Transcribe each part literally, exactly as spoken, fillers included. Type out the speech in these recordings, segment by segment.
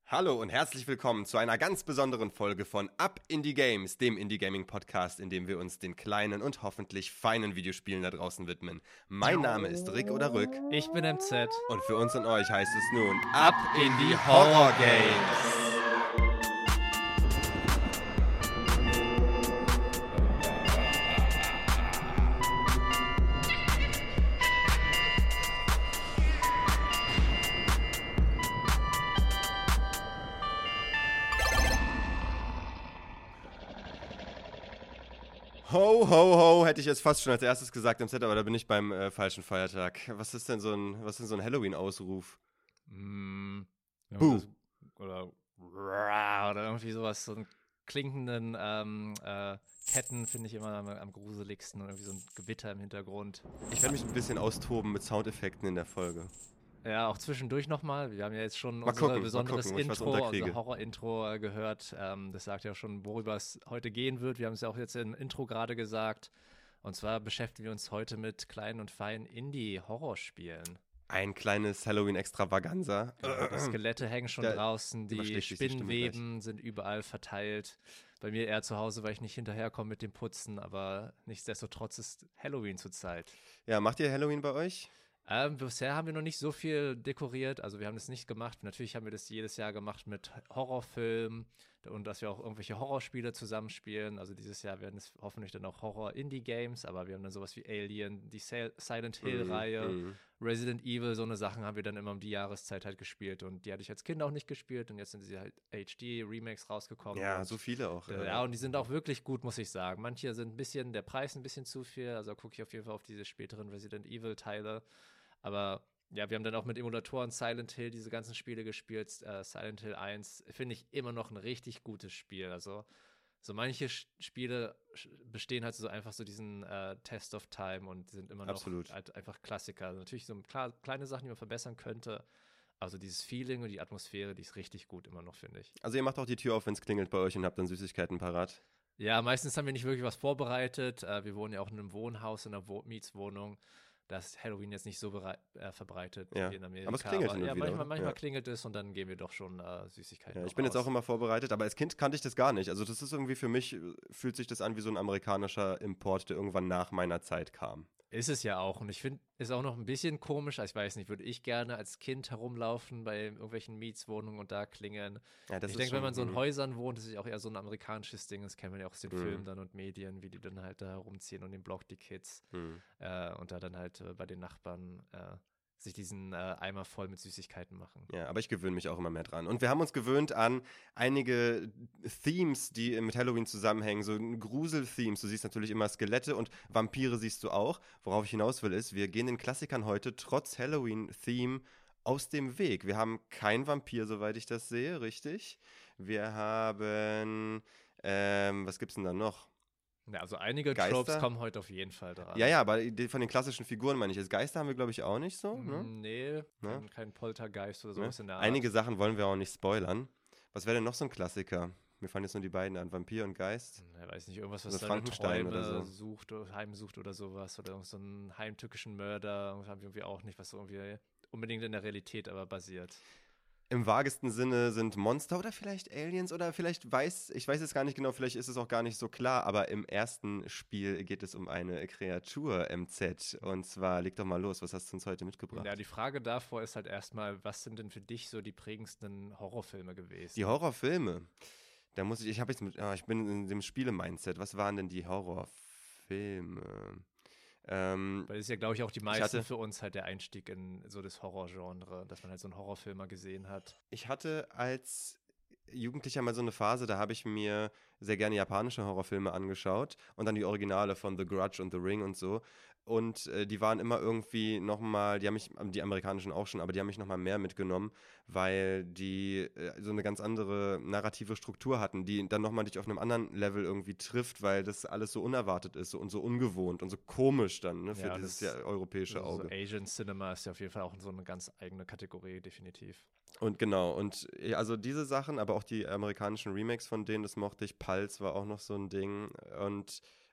Hallo und herzlich willkommen zu einer ganz besonderen Folge von Up Indie Games, dem Indie-Gaming-Podcast, in dem wir uns den kleinen und hoffentlich feinen Videospielen da draußen widmen. Mein Name ist Rick oder Rück. Ich bin M Z. Und für uns und euch heißt es nun Up in die Horror Games. Ho, ho, ho, hätte ich jetzt fast schon als erstes gesagt im Set, aber da bin ich beim äh, falschen Feiertag. Was ist denn so ein, was ist denn so ein Halloween-Ausruf? Mm, Buh. das- Oder oder irgendwie sowas, so einen klinkenden ähm, äh, Ketten finde ich immer am, am gruseligsten und irgendwie so ein Gewitter im Hintergrund. Ich werde mich ein bisschen austoben mit Soundeffekten in der Folge. Ja, auch zwischendurch nochmal. Wir haben ja jetzt schon Mal unser gucken, mal besonderes gucken, ob ich was Intro, unterkriege. unser Horror-Intro äh, gehört. Ähm, das sagt ja schon, worüber es heute gehen wird. Wir haben es ja auch jetzt im Intro gerade gesagt. Und zwar beschäftigen wir uns heute mit kleinen und feinen Indie-Horrorspielen. Ein kleines Halloween-Extravaganza. Die Skelette hängen schon Da draußen, die überschlägt sich die Stimme Spinnenweben sind überall verteilt. Bei mir eher zu Hause, weil ich nicht hinterherkomme mit dem Putzen, aber nichtsdestotrotz ist Halloween zurzeit. Ja, macht ihr Halloween bei euch? Ähm, bisher haben wir noch nicht so viel dekoriert, also wir haben das nicht gemacht. Natürlich haben wir das jedes Jahr gemacht mit Horrorfilmen und dass wir auch irgendwelche Horrorspiele zusammenspielen. Also dieses Jahr werden es hoffentlich dann auch Horror-Indie-Games, aber wir haben dann sowas wie Alien, die Sil- Silent Hill-Reihe, Mhm. Resident Evil, so eine Sachen haben wir dann immer um die Jahreszeit halt gespielt und die hatte ich als Kind auch nicht gespielt und jetzt sind sie halt H D-Remakes rausgekommen. Ja, und, so viele auch. äh, ja, und die sind auch wirklich gut, muss ich sagen. Manche sind ein bisschen, der Preis ein bisschen zu viel, also gucke ich auf jeden Fall auf diese späteren Resident Evil-Teile. Aber ja, wir haben dann auch mit Emulatoren Silent Hill diese ganzen Spiele gespielt. Äh, Silent Hill eins finde ich immer noch ein richtig gutes Spiel. Also so manche Sch- Spiele sch- bestehen halt so einfach so diesen äh, Test of Time und sind immer noch Absolut. halt einfach Klassiker. Also natürlich so klar, kleine Sachen, die man verbessern könnte. Also dieses Feeling und die Atmosphäre, die ist richtig gut immer noch, finde ich. Also ihr macht auch die Tür auf, wenn es klingelt bei euch und habt dann Süßigkeiten parat. Ja, meistens haben wir nicht wirklich was vorbereitet. Äh, wir wohnen ja auch in einem Wohnhaus, in einer Wo- Mietswohnung. Da ist Halloween jetzt nicht so berei- äh, verbreitet Ja, wie in Amerika. aber es klingelt hin und ja, wieder, manchmal, oder? manchmal Ja. klingelt es und dann gehen wir doch schon äh, Süßigkeiten Ja, ich noch bin jetzt aus. auch immer vorbereitet, aber als Kind kannte ich das gar nicht. Also das ist irgendwie für mich, äh, fühlt sich das an wie so ein amerikanischer Import, der irgendwann nach meiner Zeit kam. Ist es ja auch. Und ich finde, ist auch noch ein bisschen komisch. Also ich weiß nicht, würde ich gerne als Kind herumlaufen bei irgendwelchen Mietswohnungen und da klingeln. Ja, das Ich ist denke, wenn schon- man so in mhm. Häusern wohnt, das ist ja auch eher so ein amerikanisches Ding. Das kennen wir ja auch aus den Mhm. Filmen dann und Medien, wie die dann halt da herumziehen und den Block die Kids. Hm. Äh, und da dann halt äh, bei den Nachbarn äh, sich diesen äh, Eimer voll mit Süßigkeiten machen. Ja, aber ich gewöhne mich auch immer mehr dran. Und wir haben uns gewöhnt an einige Themes, die mit Halloween zusammenhängen, so Grusel-Themes. Du siehst natürlich immer Skelette und Vampire siehst du auch. Worauf ich hinaus will ist, wir gehen den Klassikern heute trotz Halloween-Theme aus dem Weg. Wir haben keinen Vampir, soweit ich das sehe, richtig? Wir haben, ähm, was gibt's denn da noch? Ja, also einige Geister? Tropes kommen heute auf jeden Fall dran. Ja, ja, aber die, von den klassischen Figuren meine ich jetzt. Geister haben wir, glaube ich, auch nicht so. Ne? Mm, Nee, kein, kein Poltergeist oder Ne? sowas in der Art. Einige Sachen wollen wir auch nicht spoilern. Was wäre denn noch so ein Klassiker? Mir fallen jetzt nur die beiden an, Vampir und Geist. Ja, weiß nicht, irgendwas, was Oder seine Frankenstein Träume oder so. sucht oder heimsucht oder sowas. Oder irgend so einen heimtückischen Mörder. Das haben wir irgendwie auch nicht, was so irgendwie unbedingt in der Realität aber basiert. Im vagesten Sinne sind Monster oder vielleicht Aliens oder vielleicht weiß, ich weiß es gar nicht genau, vielleicht ist es auch gar nicht so klar, aber im ersten Spiel geht es um eine Kreatur, M Z. Und zwar, leg doch mal los, was hast du uns heute mitgebracht? Ja, die Frage davor ist halt erstmal, was sind denn für dich so die prägendsten Horrorfilme gewesen? Die Horrorfilme. Da muss ich, ich habe jetzt mit, ah, ich bin in dem Spiele-Mindset. Was waren denn die Horrorfilme? Ähm, Weil das ist ja, glaube ich, auch die meisten hatte- für uns halt der Einstieg in so das Horrorgenre, dass man halt so einen Horrorfilm mal gesehen hat. Ich hatte als Jugendlicher mal so eine Phase, da habe ich mir sehr gerne japanische Horrorfilme angeschaut und dann die Originale von The Grudge und The Ring und so. Und äh, die waren immer irgendwie nochmal, die haben mich, die amerikanischen auch schon, aber die haben mich nochmal mehr mitgenommen, weil die äh, so eine ganz andere narrative Struktur hatten, die dann nochmal dich auf einem anderen Level irgendwie trifft, weil das alles so unerwartet ist und so ungewohnt und so komisch dann, ne, für Ja, dieses das- ja, europäische Also so Auge. Asian Cinema ist ja auf jeden Fall auch so eine ganz eigene Kategorie, definitiv. Und genau, und ja, also diese Sachen, aber auch die amerikanischen Remakes von denen, das mochte ich. Pulse war auch noch so ein Ding. Und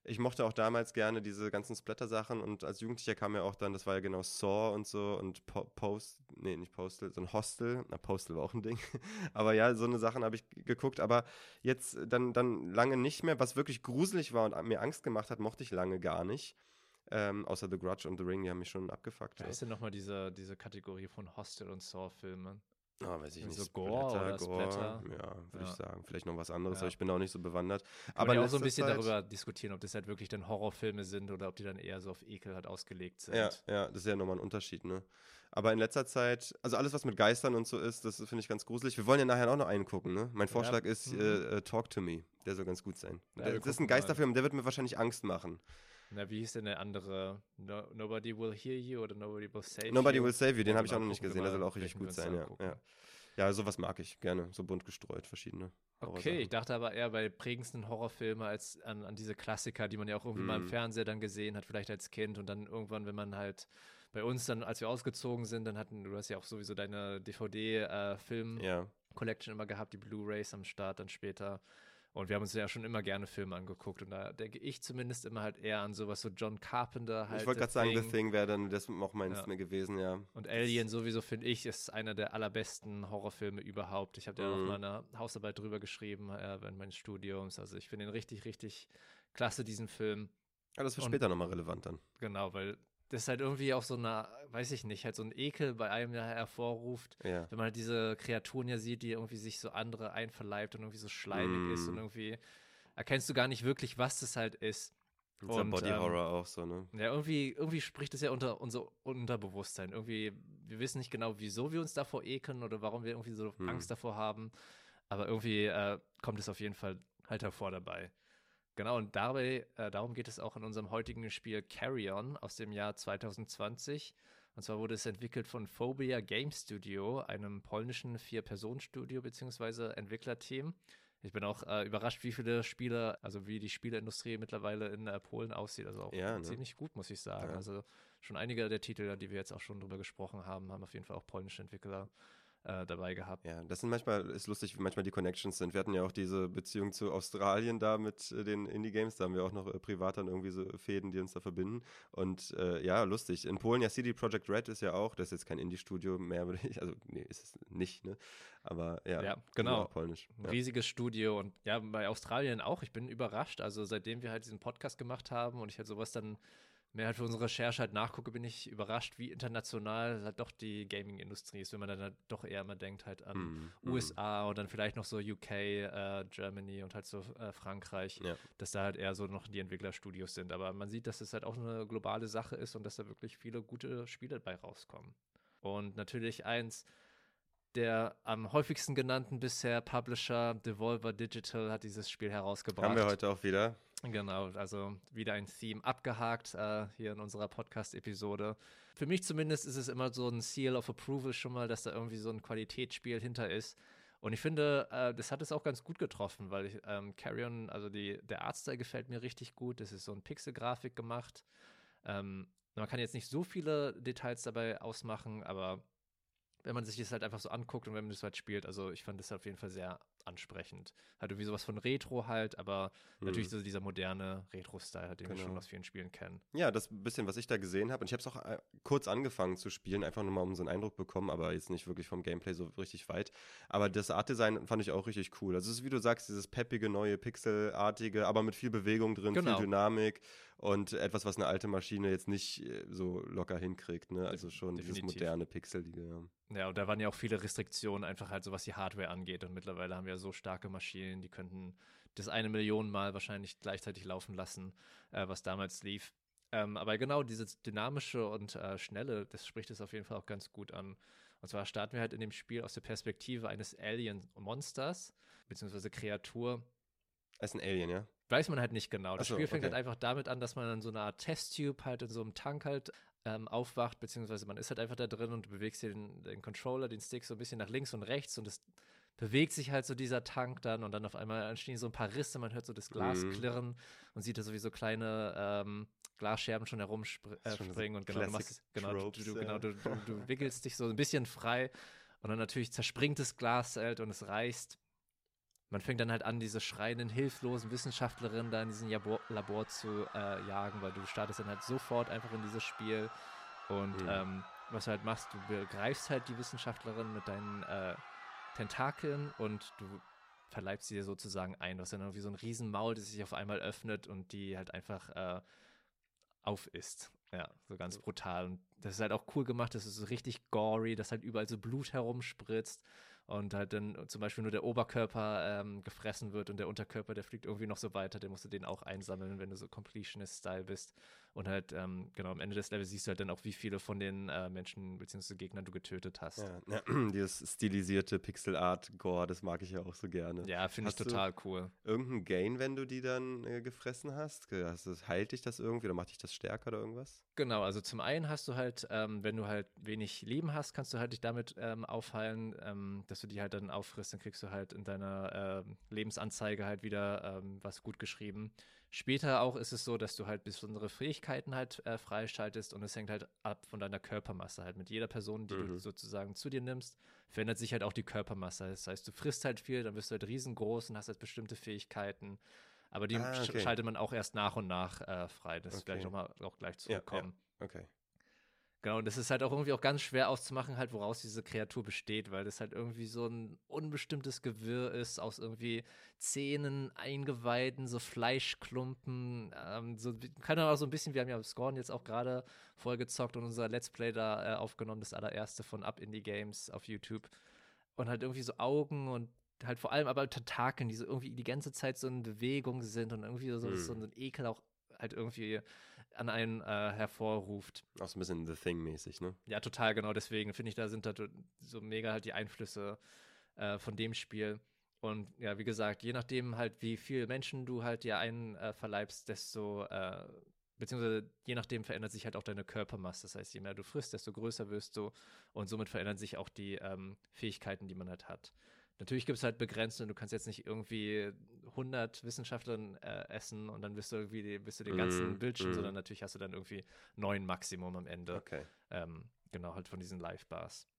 Ich mochte auch damals gerne diese ganzen Splatter-Sachen und als Jugendlicher kam ja auch dann, das war ja genau Saw und so und po Post, nee, nicht Postal, sondern Hostel. Na, Postal war auch ein Ding. Aber ja, so eine Sachen habe ich geguckt, aber jetzt dann, dann lange nicht mehr. Was wirklich gruselig war und mir Angst gemacht hat, mochte ich lange gar nicht. Ähm, außer The Grudge und The Ring, die haben mich schon abgefuckt. Wer So. ist denn nochmal diese, diese Kategorie von Hostel- und Saw-Filmen? Ah, weiß ich nicht. So Gore Splatter, oder Gore, Splatter? ja, würde Ja. ich sagen. Vielleicht noch was anderes, Ja. aber ich bin auch nicht so bewandert. Kann Aber man ja in auch so ein letzter bisschen Zeit- darüber diskutieren, ob das halt wirklich dann Horrorfilme sind oder ob die dann eher so auf Ekel halt ausgelegt sind. Ja, ja, das ist ja nochmal ein Unterschied, ne? Aber in letzter Zeit, also alles, was mit Geistern und so ist, das finde ich ganz gruselig. Wir wollen ja nachher auch noch einen gucken, ne? Mein Vorschlag Ja. ist Mhm. äh, Talk to Me. Der soll ganz gut sein. Ja, der, wir das ist ein gucken mal. Geisterfilm, der wird mir wahrscheinlich Angst machen. Na, wie hieß denn der andere? No, Nobody Will Hear You oder Nobody Will Save Nobody You? Will Save You, den Ja, habe ich genau, auch noch nicht gucken wir gesehen. Der mal, soll auch richtig welchen wir gut uns sein, dann ja. angucken. ja. Ja, sowas mag ich gerne. So bunt gestreut, verschiedene. Okay, Horrorsachen. ich dachte aber eher bei prägendsten Horrorfilme als an, an diese Klassiker, die man ja auch irgendwie mal im Mhm. Fernseher dann gesehen hat, vielleicht als Kind und dann irgendwann, wenn man halt bei uns dann, als wir ausgezogen sind, dann hatten, du hast ja auch sowieso deine D V D-Film-Collection Ja. immer gehabt, die Blu-Rays am Start dann später. Und wir haben uns ja schon immer gerne Filme angeguckt und da denke ich zumindest immer halt eher an sowas so John Carpenter halt. Ich wollte The gerade sagen, The Thing. Thing wäre dann das auch meins Ja. mehr gewesen, ja. Und Alien sowieso, finde ich, ist einer der allerbesten Horrorfilme überhaupt. Ich habe ja auch Mhm. mal eine Hausarbeit drüber geschrieben äh, während meines Studiums. Also ich finde ihn richtig, richtig klasse, diesen Film. Ja, das wird Und- später nochmal relevant dann. Genau, weil das halt irgendwie auch so eine, weiß ich nicht, halt so ein Ekel bei einem ja hervorruft, Ja. wenn man halt diese Kreaturen ja sieht, die irgendwie sich so andere einverleibt und irgendwie so schleimig Mm. ist und irgendwie erkennst du gar nicht wirklich, was das halt ist. Dieser Und, Body ähm, Horror auch so, ne? Ja, irgendwie, irgendwie spricht es ja unter unser Unterbewusstsein. Irgendwie, wir wissen nicht genau, wieso wir uns davor ekeln oder warum wir irgendwie so Hm. Angst davor haben. Aber irgendwie äh, kommt es auf jeden Fall halt hervor dabei. Genau, und dabei, äh, darum geht es auch in unserem heutigen Spiel Carrion aus dem Jahr zwanzig zwanzig. Und zwar wurde es entwickelt von Phobia Game Studio, einem polnischen Vier-Personen-Studio bzw. Entwicklerteam. Ich bin auch äh, überrascht, wie viele Spiele, also wie die Spieleindustrie mittlerweile in äh, Polen aussieht. Also auch Ja, ne? ziemlich gut, muss ich sagen. Ja. Also schon einige der Titel, die wir jetzt auch schon drüber gesprochen haben, haben auf jeden Fall auch polnische Entwickler äh, dabei gehabt. Ja, das sind manchmal, ist lustig, wie manchmal die Connections sind. Wir hatten ja auch diese Beziehung zu Australien da mit äh, den Indie-Games, da haben wir auch noch äh, privat dann irgendwie so Fäden, die uns da verbinden. Und äh, ja, lustig. In Polen, ja, C D Projekt Red ist ja auch, das ist jetzt kein Indie-Studio mehr, würde ich, also nee, ist es nicht, ne? Aber ja, Ja, die sind genau. auch polnisch. Ein Ja. riesiges Studio und ja, bei Australien auch. Ich bin überrascht. Also seitdem wir halt diesen Podcast gemacht haben und ich halt sowas dann mehr halt für unsere Recherche halt nachgucke, bin ich überrascht, wie international halt doch die Gaming-Industrie ist, wenn man dann halt doch eher immer denkt halt an Mhm, U S A und dann vielleicht noch so U K, äh, Germany und halt so äh, Frankreich, Ja. dass da halt eher so noch die Entwicklerstudios sind. Aber man sieht, dass es halt auch eine globale Sache ist und dass da wirklich viele gute Spiele dabei rauskommen. Und natürlich eins der am häufigsten genannten bisher Publisher, Devolver Digital, hat dieses Spiel herausgebracht. Haben wir heute auch wieder. Genau, also wieder ein Theme abgehakt äh, hier in unserer Podcast-Episode. Für mich zumindest ist es immer so ein Seal of Approval schon mal, dass da irgendwie so ein Qualitätsspiel hinter ist. Und ich finde, äh, das hat es auch ganz gut getroffen, weil ich, ähm, Carrion, also die, der Artstyle gefällt mir richtig gut. Das ist so ein Pixel-Grafik gemacht. Ähm, man kann jetzt nicht so viele Details dabei ausmachen, aber wenn man sich das halt einfach so anguckt und wenn man das halt spielt, also ich fand das auf jeden Fall sehr ansprechend. Halt irgendwie sowas von Retro halt, aber Mhm. natürlich so dieser moderne Retro-Style, halt, den wir Genau. schon aus vielen Spielen kennen. Ja, das bisschen, was ich da gesehen habe. Und ich habe es auch äh, kurz angefangen zu spielen, einfach nur mal um so einen Eindruck bekommen, aber jetzt nicht wirklich vom Gameplay so richtig weit. Aber das Artdesign fand ich auch richtig cool. Also es ist, wie du sagst, dieses peppige, neue, pixelartige, aber mit viel Bewegung drin, Genau. viel Dynamik und etwas, was eine alte Maschine jetzt nicht äh, so locker hinkriegt. Ne? Also schon dieses Definitiv. moderne, pixelige. Ja. Ja, und da waren ja auch viele Restriktionen, einfach halt so, was die Hardware angeht. Und mittlerweile haben wir ja so starke Maschinen, die könnten das eine Million Mal wahrscheinlich gleichzeitig laufen lassen, äh, was damals lief. Ähm, aber genau dieses dynamische und äh, schnelle, das spricht es auf jeden Fall auch ganz gut an. Und zwar starten wir halt in dem Spiel aus der Perspektive eines Alien-Monsters, beziehungsweise Kreatur. Es ist ein Alien, ja? Weiß man halt nicht genau. Das Ach so, Spiel fängt okay. halt einfach damit an, dass man in so einer Art Testtube halt in so einem Tank halt ähm, aufwacht, beziehungsweise man ist halt einfach da drin und du bewegst den, den Controller, den Stick so ein bisschen nach links und rechts und es bewegt sich halt so dieser Tank dann und dann auf einmal entstehen so ein paar Risse, man hört so das Glas Mhm. klirren und sieht da sowieso kleine ähm, Glasscherben schon herumspringen äh, Schon so springen und genau, du Classic machst, genau, du, Tropes, du, ja. genau du, du, du wickelst dich so ein bisschen frei und dann natürlich zerspringt das Glas halt und es reißt. man fängt dann halt an, diese schreienden, hilflosen Wissenschaftlerinnen da in diesem Labor, Labor zu äh, jagen, weil du startest dann halt sofort einfach in dieses Spiel und Mhm. ähm, was du halt machst, du begreifst halt die Wissenschaftlerin mit deinen äh, Tentakeln und du verleibst sie dir sozusagen ein. Du hast dann irgendwie so ein Riesenmaul, das sich auf einmal öffnet und die halt einfach äh, aufisst. Ja, so ganz brutal. Und das ist halt auch cool gemacht, das ist so richtig gory, dass halt überall so Blut herumspritzt und halt dann zum Beispiel nur der Oberkörper ähm, gefressen wird und der Unterkörper, der fliegt irgendwie noch so weiter, den musst du den auch einsammeln, wenn du so Completionist-Style bist. Und halt, ähm, genau, am Ende des Levels siehst du halt dann auch, wie viele von den äh, Menschen bzw. Gegnern du getötet hast. Ja, ja, dieses stilisierte Pixel-Art-Gore, das mag ich ja auch so gerne. Ja, finde ich Hast du total cool. irgendeinen Gain, wenn du die dann äh, gefressen hast? Ge- Hast du, heilt dich das irgendwie oder macht dich das stärker oder irgendwas? Genau, also zum einen hast du halt, ähm, wenn du halt wenig Leben hast, kannst du halt dich damit ähm, aufheilen, ähm, dass du die halt dann auffrisst, dann kriegst du halt in deiner ähm, Lebensanzeige halt wieder ähm, was gut geschrieben. Später auch ist es so, dass du halt besondere Fähigkeiten halt äh, freischaltest und es hängt halt ab von deiner Körpermasse halt. Mit jeder Person, die du Mhm. sozusagen zu dir nimmst, verändert sich halt auch die Körpermasse. Das heißt, du frisst halt viel, dann wirst du halt riesengroß und hast halt bestimmte Fähigkeiten. Aber die Ah, sch okay. schaltet man auch erst nach und nach äh, frei. Das werde ich Okay. auch mal auch gleich Ja, ja, zurückkommen. okay. Genau, und das ist halt auch irgendwie auch ganz schwer auszumachen, halt, woraus diese Kreatur besteht, weil das halt irgendwie so ein unbestimmtes Gewirr ist aus irgendwie Zähnen, Eingeweiden, so Fleischklumpen. Ähm, so, kann auch so ein bisschen, wir haben ja Scorn jetzt auch gerade voll gezockt und unser Let's Play da äh, aufgenommen, das allererste von Up Indie Games auf YouTube. Und halt irgendwie so Augen und halt vor allem aber Tentakeln, die so irgendwie die ganze Zeit so in Bewegung sind und irgendwie so, so Hm. ein Ekel auch halt irgendwie an einen äh, hervorruft. Auch so ein bisschen The Thing-mäßig, ne? Ja, total, genau. Deswegen finde ich, da sind da so mega halt die Einflüsse äh, von dem Spiel. Und ja, wie gesagt, je nachdem halt, wie viele Menschen du halt dir einen äh, verleibst, desto, äh, beziehungsweise je nachdem verändert sich halt auch deine Körpermasse. Das heißt, je mehr du frisst, desto größer wirst du. Und somit verändern sich auch die ähm, Fähigkeiten, die man halt hat. Natürlich gibt es halt Begrenzungen. Du kannst jetzt nicht irgendwie hundert Wissenschaftlern äh, essen und dann bist du irgendwie bist du den ganzen Mhm. Bildschirm, sondern Mhm. natürlich hast du dann irgendwie neun Maximum am Ende. Okay. Ähm, genau, halt von diesen Live-Bars.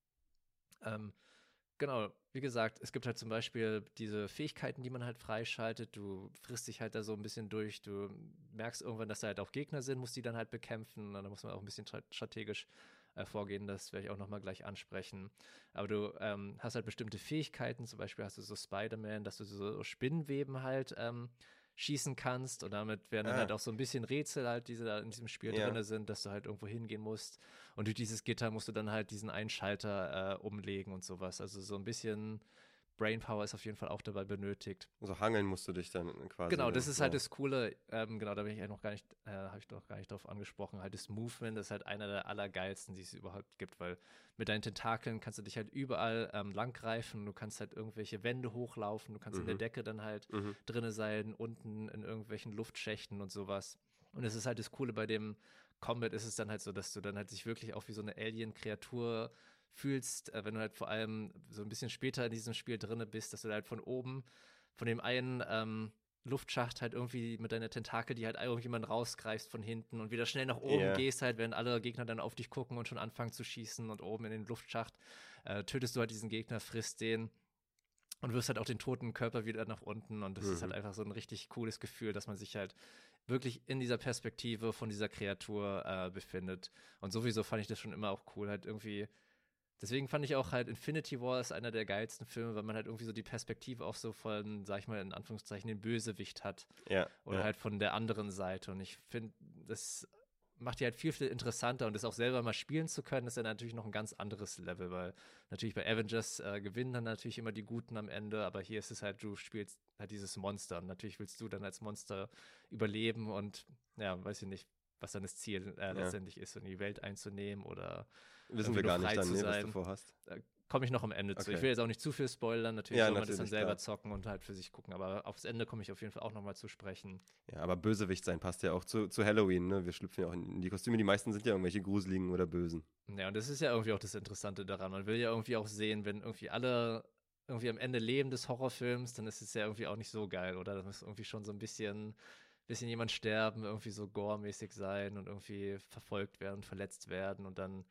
Ähm, genau, wie gesagt, es gibt halt zum Beispiel diese Fähigkeiten, die man halt freischaltet. Du frisst dich halt da so ein bisschen durch. Du merkst irgendwann, dass da halt auch Gegner sind, musst die dann halt bekämpfen. Und da muss man auch ein bisschen strategisch äh, vorgehen. Das werde ich auch nochmal gleich ansprechen. Aber du ähm, hast halt bestimmte Fähigkeiten. Zum Beispiel hast du so Spider-Man, dass du so Spinnenweben halt ähm, schießen kannst. Und damit werden dann Ah, halt auch so ein bisschen Rätsel halt, die da in diesem Spiel ja. drin sind, dass du halt irgendwo hingehen musst. Und durch dieses Gitter musst du dann halt diesen einen Schalter äh, umlegen und sowas. Also so ein bisschen Brainpower ist auf jeden Fall auch dabei benötigt. So hangeln musst du dich dann quasi, Genau, das ne? ist halt Ja. das Coole, ähm, genau, da bin ich ja noch gar nicht, äh, habe ich noch gar nicht drauf angesprochen, halt das Movement ist halt einer der allergeilsten, die es überhaupt gibt, weil mit deinen Tentakeln kannst du dich halt überall ähm, langgreifen, du kannst halt irgendwelche Wände hochlaufen, du kannst in der Mhm. Decke dann halt Mhm. drinne sein, unten in irgendwelchen Luftschächten und sowas. Und es ist halt das Coole bei dem Combat ist es dann halt so, dass du dann halt sich wirklich auch wie so eine Alien-Kreatur fühlst, äh, wenn du halt vor allem so ein bisschen später in diesem Spiel drinne bist, dass du halt von oben von dem einen ähm, Luftschacht halt irgendwie mit deiner Tentakel, die halt irgendjemand rausgreifst von hinten und wieder schnell nach oben Ja. gehst, halt, wenn alle Gegner dann auf dich gucken und schon anfangen zu schießen und oben in den Luftschacht äh, tötest du halt diesen Gegner, frisst den und wirst halt auch den toten Körper wieder nach unten und das ist halt Mhm. einfach so ein richtig cooles Gefühl, dass man sich halt wirklich in dieser Perspektive von dieser Kreatur äh, befindet und sowieso fand ich das schon immer auch cool, halt irgendwie. Deswegen fand ich auch halt Infinity War ist einer der geilsten Filme, weil man halt irgendwie so die Perspektive auch so von, sag ich mal, in Anführungszeichen, den Bösewicht hat. Ja. Oder Ja. halt von der anderen Seite. Und ich finde, das macht die halt viel, viel interessanter und das auch selber mal spielen zu können, ist ja natürlich noch ein ganz anderes Level, weil natürlich bei Avengers äh, gewinnen dann natürlich immer die Guten am Ende, aber hier ist es halt, du spielst halt dieses Monster und natürlich willst du dann als Monster überleben und ja, weiß ich nicht, was dann das Ziel äh, Ja. letztendlich ist, in die Welt einzunehmen oder Wissen irgendwie wir nur gar nicht frei dann, zu ne, was du sein. vorhast. Da komme ich noch am Ende zu. Ich Okay. will jetzt auch nicht zu viel spoilern, natürlich Ja, soll man das dann natürlich, selber klar. zocken und halt für sich gucken, aber aufs Ende komme ich auf jeden Fall auch nochmal zu sprechen. Ja, aber Bösewicht sein passt ja auch zu, zu Halloween, ne? Wir schlüpfen ja auch in die Kostüme. Die meisten sind ja irgendwelche Gruseligen oder Bösen. Ja, und das ist ja irgendwie auch das Interessante daran. Man will ja irgendwie auch sehen, wenn irgendwie alle irgendwie am Ende leben des Horrorfilms, dann ist es ja irgendwie auch nicht so geil, oder? Da muss irgendwie schon so ein bisschen, bisschen jemand sterben, irgendwie so gore-mäßig sein und irgendwie verfolgt werden, verletzt werden und dann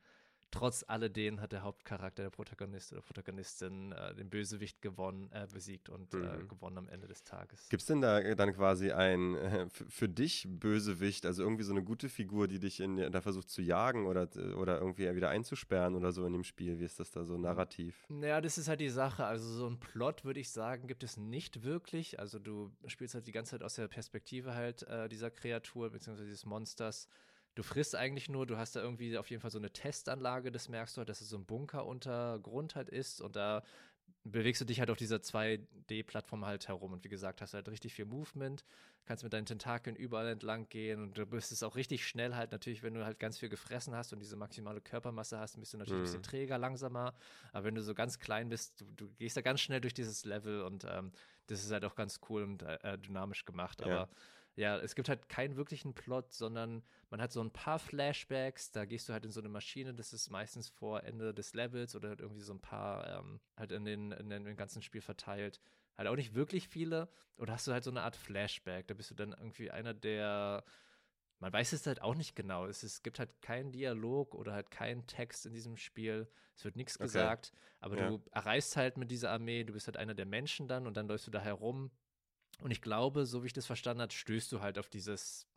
trotz alledem hat der Hauptcharakter, der Protagonist oder Protagonistin, äh, den Bösewicht gewonnen, äh, besiegt und Mhm. äh, gewonnen am Ende des Tages. Gibt es denn da dann quasi ein äh, f- für dich Bösewicht, also irgendwie so eine gute Figur, die dich in, da versucht zu jagen oder, oder irgendwie wieder einzusperren oder so in dem Spiel? Wie ist das da so narrativ? Naja, das ist halt die Sache. Also so ein Plot, würde ich sagen, gibt es nicht wirklich. Also du spielst halt die ganze Zeit aus der Perspektive halt äh, dieser Kreatur bzw. dieses Monsters. Du frisst eigentlich nur, du hast da irgendwie auf jeden Fall so eine Testanlage, das merkst du halt, dass es so ein Bunker unter Grund halt ist und da bewegst du dich halt auf dieser zwei D-Plattform halt herum und wie gesagt, hast halt richtig viel Movement, kannst mit deinen Tentakeln überall entlang gehen und du bist es auch richtig schnell halt natürlich, wenn du halt ganz viel gefressen hast und diese maximale Körpermasse hast, bist du natürlich ein bisschen Mhm. träger, langsamer, aber wenn du so ganz klein bist, du, du gehst da ganz schnell durch dieses Level und ähm, das ist halt auch ganz cool und äh, dynamisch gemacht, Ja. aber ja, es gibt halt keinen wirklichen Plot, sondern man hat so ein paar Flashbacks, da gehst du halt in so eine Maschine, das ist meistens vor Ende des Levels oder halt irgendwie so ein paar ähm, halt in den, in den, im ganzen Spiel verteilt. Halt auch nicht wirklich viele. Oder hast du halt so eine Art Flashback, da bist du dann irgendwie einer der, man weiß es halt auch nicht genau. Es, ist, es gibt halt keinen Dialog oder halt keinen Text in diesem Spiel. Es wird nichts Okay. gesagt, aber Ja. du erreichst halt mit dieser Armee, du bist halt einer der Menschen dann und dann läufst du da herum. Und ich glaube, so wie ich das verstanden habe, stößt du halt auf dieses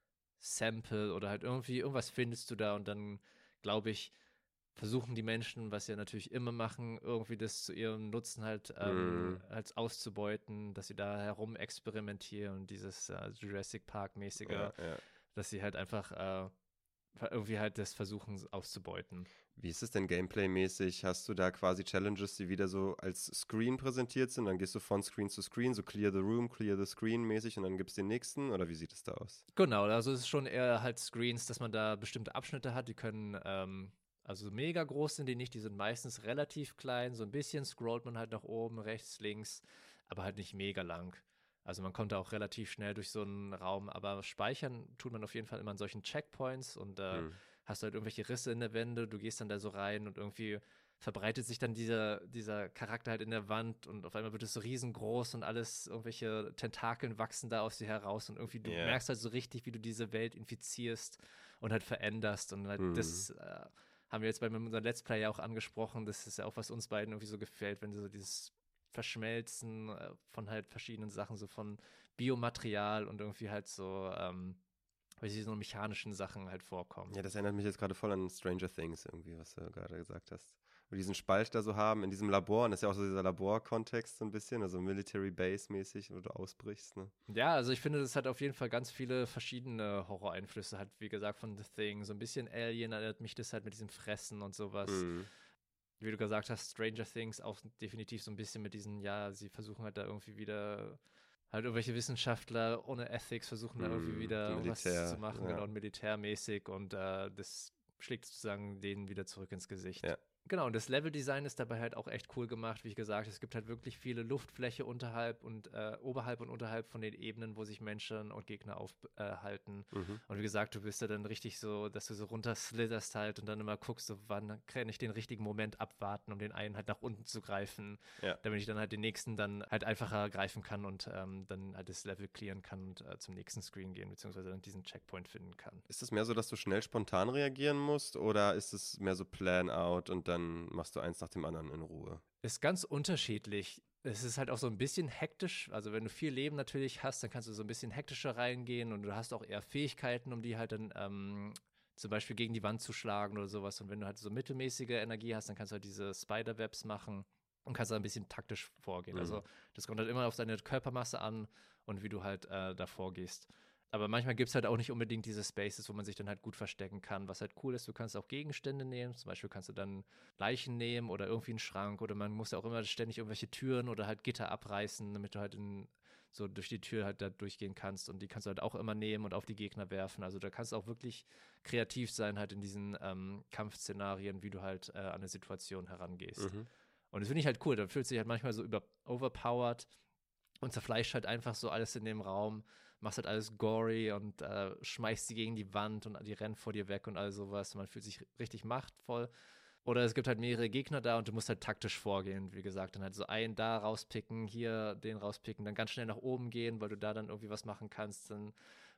Sample oder halt irgendwie, irgendwas findest du da und dann, glaube ich, versuchen die Menschen, was sie ja natürlich immer machen, irgendwie das zu ihrem Nutzen halt ähm, Mhm. als auszubeuten, dass sie da herum experimentieren und dieses äh, Jurassic Park-mäßige, Ja, ja. dass sie halt einfach äh, irgendwie halt das versuchen auszubeuten. Wie ist es denn gameplay-mäßig? Hast du da quasi Challenges, die wieder so als Screen präsentiert sind? Dann gehst du von Screen zu Screen, so clear the room, clear the screen mäßig und dann gibt's den nächsten? Oder wie sieht es da aus? Genau, also es ist schon eher halt Screens, dass man da bestimmte Abschnitte hat, die können ähm, also mega groß sind die nicht, die sind meistens relativ klein, so ein bisschen scrollt man halt nach oben, rechts, links, aber halt nicht mega lang. Also man kommt da auch relativ schnell durch so einen Raum, aber speichern tut man auf jeden Fall immer an solchen Checkpoints und äh, Hm. hast du halt irgendwelche Risse in der Wände, du gehst dann da so rein und irgendwie verbreitet sich dann dieser, dieser Charakter halt in der Wand und auf einmal wird es so riesengroß und alles, irgendwelche Tentakeln wachsen da aus dir heraus und irgendwie, du Ja. merkst halt so richtig, wie du diese Welt infizierst und halt veränderst und halt Hm. das äh, haben wir jetzt bei unserem Let's Play ja auch angesprochen, das ist ja auch, was uns beiden irgendwie so gefällt, wenn so dieses Verschmelzen äh, von halt verschiedenen Sachen, so von Biomaterial und irgendwie halt so, ähm, weil sie so mechanischen Sachen halt vorkommen. Ja, das erinnert mich jetzt gerade voll an Stranger Things irgendwie, was du gerade gesagt hast. Wo die diesen Spalt da so haben in diesem Labor, und das ist ja auch so dieser Labor-Kontext so ein bisschen, also Military Base-mäßig, wo du ausbrichst, ne? Ja, also ich finde, das hat auf jeden Fall ganz viele verschiedene Horroreinflüsse, hat wie gesagt von The Thing, so ein bisschen Alien erinnert mich das halt mit diesem Fressen und sowas. Mhm. Wie du gesagt hast, Stranger Things auch definitiv so ein bisschen mit diesen, ja, sie versuchen halt da irgendwie wieder, halt irgendwelche Wissenschaftler ohne Ethics versuchen da irgendwie Mhm. wieder was Militär, zu machen, ja. genau, und militärmäßig und äh, das schlägt sozusagen denen wieder zurück ins Gesicht. Ja. Genau, und das Leveldesign ist dabei halt auch echt cool gemacht, wie ich gesagt, es gibt halt wirklich viele Luftfläche unterhalb und äh, oberhalb und unterhalb von den Ebenen, wo sich Menschen und Gegner aufhalten. Äh, Mhm. und wie gesagt, du bist ja dann richtig so, dass du so runterslitterst halt und dann immer guckst, so, wann kann ich den richtigen Moment abwarten, um den einen halt nach unten zu greifen, Ja. damit ich dann halt den nächsten dann halt einfacher greifen kann und ähm, dann halt das Level clearen kann und äh, zum nächsten Screen gehen, beziehungsweise dann diesen Checkpoint finden kann. Ist es mehr so, dass du schnell spontan reagieren musst oder ist es mehr so Plan out und dann machst du eins nach dem anderen in Ruhe? Ist ganz unterschiedlich. Es ist halt auch so ein bisschen hektisch. Also, wenn du viel Leben natürlich hast, dann kannst du so ein bisschen hektischer reingehen und du hast auch eher Fähigkeiten, um die halt dann ähm, zum Beispiel gegen die Wand zu schlagen oder sowas. Und wenn du halt so mittelmäßige Energie hast, dann kannst du halt diese Spiderwebs machen und kannst da ein bisschen taktisch vorgehen. Mhm. Also, das kommt halt immer auf deine Körpermasse an und wie du halt äh, da vorgehst. Aber manchmal gibt es halt auch nicht unbedingt diese Spaces, wo man sich dann halt gut verstecken kann. Was halt cool ist, du kannst auch Gegenstände nehmen. Zum Beispiel kannst du dann Leichen nehmen oder irgendwie einen Schrank. Oder man muss ja auch immer ständig irgendwelche Türen oder halt Gitter abreißen, damit du halt in, so durch die Tür halt da durchgehen kannst. Und die kannst du halt auch immer nehmen und auf die Gegner werfen. Also da kannst du auch wirklich kreativ sein halt in diesen ähm, Kampfszenarien, wie du halt äh, an eine Situation herangehst. Mhm. Und das finde ich halt cool. Da fühlt sich halt manchmal so über overpowered und zerfleischt halt einfach so alles in dem Raum, machst halt alles gory und äh, schmeißt sie gegen die Wand und die rennen vor dir weg und all sowas. Man fühlt sich richtig machtvoll. Oder es gibt halt mehrere Gegner da und du musst halt taktisch vorgehen. Wie gesagt, dann halt so einen da rauspicken, hier den rauspicken, dann ganz schnell nach oben gehen, weil du da dann irgendwie was machen kannst. Dann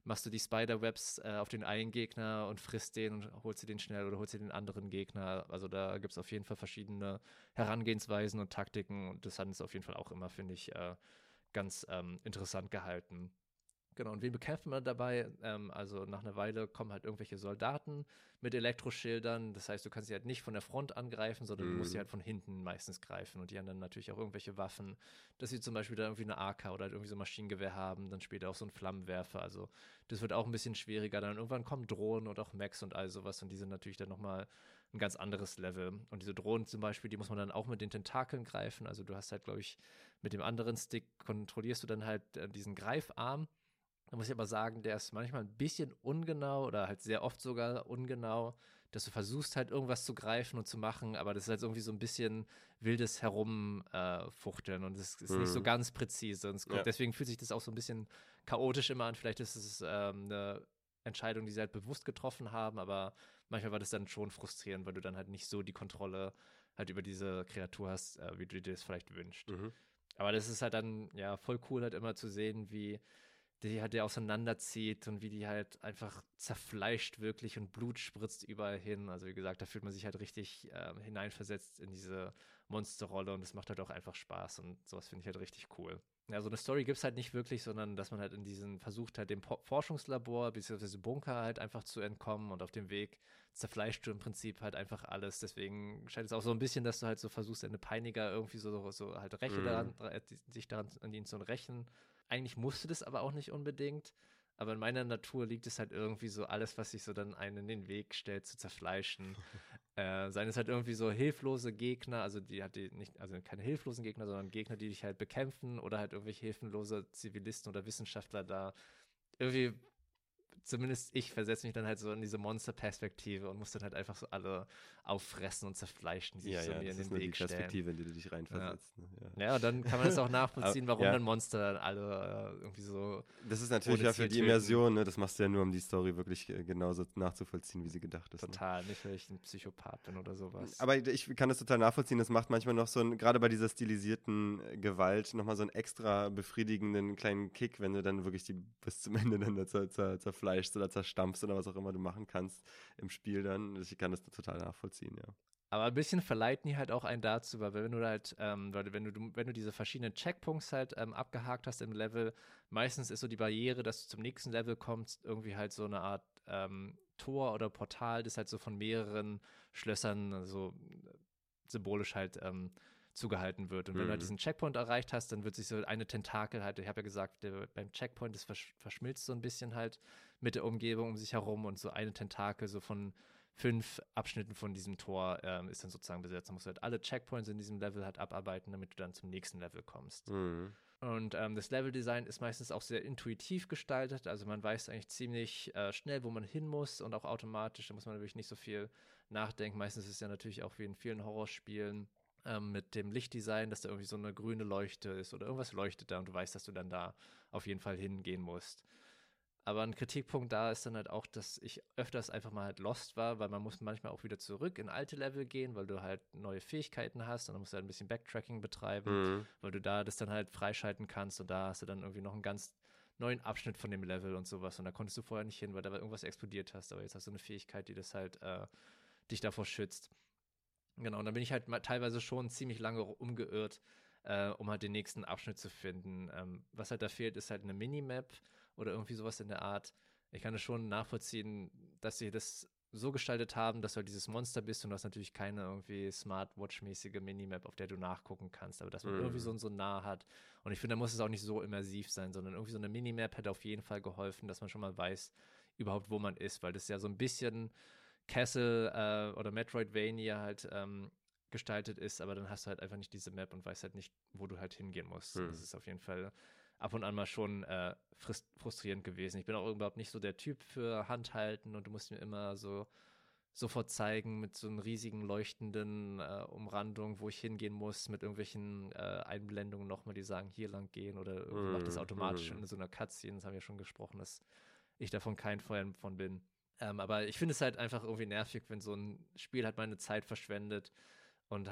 machst du die Spiderwebs äh, auf den einen Gegner und frisst den und holst dir den schnell oder holst dir den anderen Gegner. Also da gibt es auf jeden Fall verschiedene Herangehensweisen und Taktiken und das hat es auf jeden Fall auch immer, finde ich, äh, ganz ähm, interessant gehalten. Genau, und wen bekämpfen wir dabei? Ähm, also nach einer Weile kommen halt irgendwelche Soldaten mit Elektroschildern. Das heißt, du kannst sie halt nicht von der Front angreifen, sondern du musst sie Mhm. halt von hinten meistens greifen. Und die haben dann natürlich auch irgendwelche Waffen, dass sie zum Beispiel da irgendwie eine A K oder halt irgendwie so ein Maschinengewehr haben, dann später auch so einen Flammenwerfer. Also das wird auch ein bisschen schwieriger. Dann irgendwann kommen Drohnen und auch Mechs und all sowas und die sind natürlich dann nochmal ein ganz anderes Level. Und diese Drohnen zum Beispiel, die muss man dann auch mit den Tentakeln greifen. Also du hast halt, glaube ich, mit dem anderen Stick kontrollierst du dann halt äh, diesen Greifarm. Da muss ich aber sagen, der ist manchmal ein bisschen ungenau oder halt sehr oft sogar ungenau, dass du versuchst halt irgendwas zu greifen und zu machen, aber das ist halt irgendwie so ein bisschen wildes Herumfuchteln äh, und es ist nicht so Mhm. ganz präzise. Und es kommt, Ja. deswegen fühlt sich das auch so ein bisschen chaotisch immer an. Vielleicht ist es ähm, eine Entscheidung, die sie halt bewusst getroffen haben, aber manchmal war das dann schon frustrierend, weil du dann halt nicht so die Kontrolle halt über diese Kreatur hast, äh, wie du dir das vielleicht wünschst. Mhm. Aber das ist halt dann ja voll cool, halt immer zu sehen, wie die halt der auseinanderzieht und wie die halt einfach zerfleischt wirklich und Blut spritzt überall hin. Also wie gesagt, da fühlt man sich halt richtig äh, hineinversetzt in diese Monsterrolle und es macht halt auch einfach Spaß und sowas finde ich halt richtig cool. Ja, so eine Story gibt es halt nicht wirklich, sondern dass man halt in diesen versucht halt dem po Forschungslabor bzw. Bunker halt einfach zu entkommen und auf dem Weg zerfleischst du im Prinzip halt einfach alles. Deswegen scheint es auch so ein bisschen, dass du halt so versuchst, deine Peiniger irgendwie so, so halt Räche Mhm. daran, äh, sich daran an ihnen zu rächen. Eigentlich musste das aber auch nicht unbedingt. Aber in meiner Natur liegt es halt irgendwie so, alles, was sich so dann einen in den Weg stellt, zu zerfleischen. Äh, seien es halt irgendwie so hilflose Gegner, also die hat die nicht, also keine hilflosen Gegner, sondern Gegner, die dich halt bekämpfen oder halt irgendwelche hilflose Zivilisten oder Wissenschaftler da. Irgendwie zumindest ich versetze mich dann halt so in diese Monsterperspektive und muss dann halt einfach so alle auffressen und zerfleischen, die sich Ja, so ja, mir in das ist den nur die Weg stellen. Perspektive, in die du dich Ja. reinversetzt. Ne? Ja. Ja, und dann kann man es auch Aber, nachvollziehen, warum ja, dann Monster dann alle äh, irgendwie so das ist natürlich ohne ja für Ziel die töten. Immersion, ne? Das machst du ja nur, um die Story wirklich äh, genauso nachzuvollziehen, wie sie gedacht ist. Ne? Total, nicht weil ich ein Psychopath bin oder sowas. Aber ich kann das total nachvollziehen, das macht manchmal noch so ein, gerade bei dieser stilisierten äh, Gewalt, nochmal so einen extra befriedigenden kleinen Kick, wenn du dann wirklich die bis zum Ende dann da zer, zer, zerfleischst oder zerstampfst oder was auch immer du machen kannst im Spiel dann. Ich kann das total nachvollziehen, ja. Aber ein bisschen verleiten die halt auch einen dazu, weil wenn du halt, ähm, weil wenn du, wenn du diese verschiedenen Checkpoints halt ähm, abgehakt hast im Level, meistens ist so die Barriere, dass du zum nächsten Level kommst, irgendwie halt so eine Art ähm, Tor oder Portal, das halt so von mehreren Schlössern so symbolisch halt ähm, zugehalten wird. Und wenn du halt Mhm. diesen Checkpoint erreicht hast, dann wird sich so eine Tentakel halt, ich habe ja gesagt, der, beim Checkpoint, das versch verschmilzt so ein bisschen halt mit der Umgebung um sich herum und so eine Tentakel so von fünf Abschnitten von diesem Tor ähm, ist dann sozusagen besetzt. Dann musst du halt alle Checkpoints in diesem Level halt abarbeiten, damit du dann zum nächsten Level kommst. Mhm. Und ähm, das Leveldesign ist meistens auch sehr intuitiv gestaltet. Also man weiß eigentlich ziemlich äh, schnell, wo man hin muss und auch automatisch. Da muss man natürlich nicht so viel nachdenken. Meistens ist es ja natürlich auch wie in vielen Horrorspielen ähm, mit dem Lichtdesign, dass da irgendwie so eine grüne Leuchte ist oder irgendwas leuchtet da und du weißt, dass du dann da auf jeden Fall hingehen musst. Aber ein Kritikpunkt da ist dann halt auch, dass ich öfters einfach mal halt lost war, weil man muss manchmal auch wieder zurück in alte Level gehen, weil du halt neue Fähigkeiten hast und dann musst du halt ein bisschen Backtracking betreiben, Mhm. weil du da das dann halt freischalten kannst und da hast du dann irgendwie noch einen ganz neuen Abschnitt von dem Level und sowas und da konntest du vorher nicht hin, weil da irgendwas explodiert hast, aber jetzt hast du eine Fähigkeit, die das halt äh, dich davor schützt. Genau, und dann bin ich halt teilweise schon ziemlich lange umgeirrt, äh, um halt den nächsten Abschnitt zu finden. Ähm, was halt da fehlt, ist halt eine Minimap oder irgendwie sowas in der Art. Ich kann es schon nachvollziehen, dass sie das so gestaltet haben, dass du halt dieses Monster bist und du hast natürlich keine irgendwie Smartwatch-mäßige Minimap, auf der du nachgucken kannst, aber dass man irgendwie so Mhm. und so nah hat. Und ich finde, da muss es auch nicht so immersiv sein, sondern irgendwie so eine Minimap hätte auf jeden Fall geholfen, dass man schon mal weiß, überhaupt wo man ist, weil das ja so ein bisschen Castle äh, oder Metroidvania halt ähm, gestaltet ist, aber dann hast du halt einfach nicht diese Map und weißt halt nicht, wo du halt hingehen musst. Und das Mhm. ist auf jeden Fall ab und an mal schon äh, frustrierend gewesen. Ich bin auch überhaupt nicht so der Typ für Handhalten und du musst mir immer so sofort zeigen mit so einer riesigen leuchtenden äh, Umrandung, wo ich hingehen muss, mit irgendwelchen äh, Einblendungen nochmal, die sagen, hier lang gehen oder irgendwie macht das Mhm. automatisch Mhm. in so einer Cutscene, das haben wir ja schon gesprochen, dass ich davon kein Fan von bin. Ähm, aber ich finde es halt einfach irgendwie nervig, wenn so ein Spiel halt meine Zeit verschwendet und halt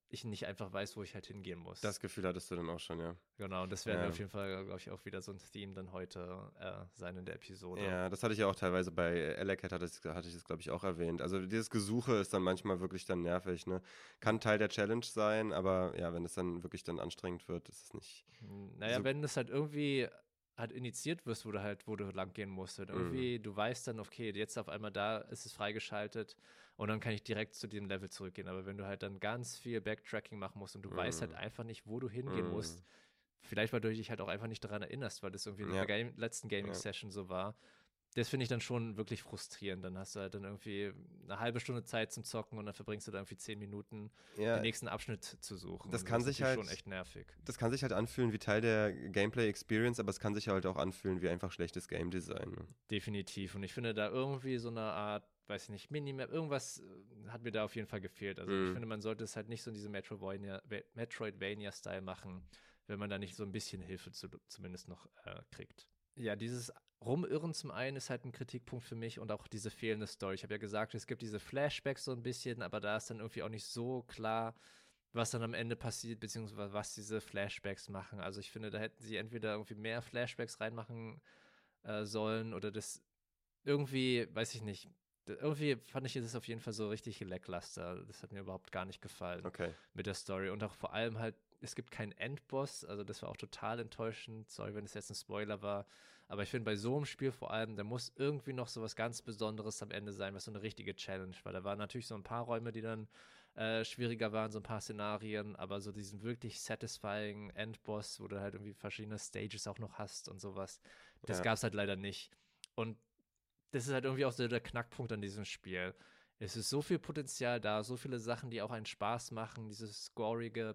ich nicht einfach weiß, wo ich halt hingehen muss. Das Gefühl hattest du dann auch schon, ja. Genau, und das werden Ja. auf jeden Fall, glaube ich, auch wieder so ein Theme dann heute äh, sein in der Episode. Ja, das hatte ich ja auch teilweise bei Elacat, hatte, hatte ich das, glaube ich, auch erwähnt. Also dieses Gesuche ist dann manchmal wirklich dann nervig, ne? Kann Teil der Challenge sein, aber ja, wenn es dann wirklich dann anstrengend wird, ist es nicht. Naja, so wenn es halt irgendwie halt initiiert wirst, wo du halt, wo du lang gehen musst. Und irgendwie, Mhm. du weißt dann, okay, jetzt auf einmal da ist es freigeschaltet und dann kann ich direkt zu dem Level zurückgehen. Aber wenn du halt dann ganz viel Backtracking machen musst und du weißt halt Mhm. einfach nicht, wo du hingehen Mhm. musst, vielleicht weil du dich halt auch einfach nicht daran erinnerst, weil das irgendwie in Ja. der Game letzten Gaming-Session so war. Das finde ich dann schon wirklich frustrierend. Dann hast du halt dann irgendwie eine halbe Stunde Zeit zum Zocken und dann verbringst du da irgendwie zehn Minuten, Ja, den nächsten Abschnitt zu suchen. das Und kann ist sich natürlich halt- schon echt nervig. das kann sich halt anfühlen wie Teil der Gameplay-Experience, aber es kann sich halt auch anfühlen wie einfach schlechtes Game Design. Ne? Definitiv. Und ich finde da irgendwie so eine Art, weiß ich nicht, Minimap, irgendwas äh, hat mir da auf jeden Fall gefehlt. Also ich Mhm. finde, man sollte es halt nicht so in diesem Metroidvania- Metroidvania-Style machen, wenn man da nicht so ein bisschen Hilfe zu, zumindest noch äh, kriegt. Ja, dieses Rumirren zum einen ist halt ein Kritikpunkt für mich und auch diese fehlende Story. Ich habe ja gesagt, es gibt diese Flashbacks so ein bisschen, aber da ist dann irgendwie auch nicht so klar, was dann am Ende passiert, beziehungsweise was diese Flashbacks machen. Also ich finde, da hätten sie entweder irgendwie mehr Flashbacks reinmachen äh, sollen oder das irgendwie, weiß ich nicht, d- irgendwie fand ich es auf jeden Fall so richtig lackluster. Das hat mir überhaupt gar nicht gefallen Okay. mit der Story. Und auch vor allem halt, es gibt keinen Endboss, also das war auch total enttäuschend. Sorry, wenn es jetzt ein Spoiler war. Aber ich finde, bei so einem Spiel vor allem, da muss irgendwie noch so was ganz Besonderes am Ende sein, was so eine richtige Challenge war. Da waren natürlich so ein paar Räume, die dann äh, schwieriger waren, so ein paar Szenarien, aber so diesen wirklich satisfying Endboss, wo du halt irgendwie verschiedene Stages auch noch hast und sowas, das Ja. gab es halt leider nicht. Und das ist halt irgendwie auch so der Knackpunkt an diesem Spiel. Es ist so viel Potenzial da, so viele Sachen, die auch einen Spaß machen, diese scorige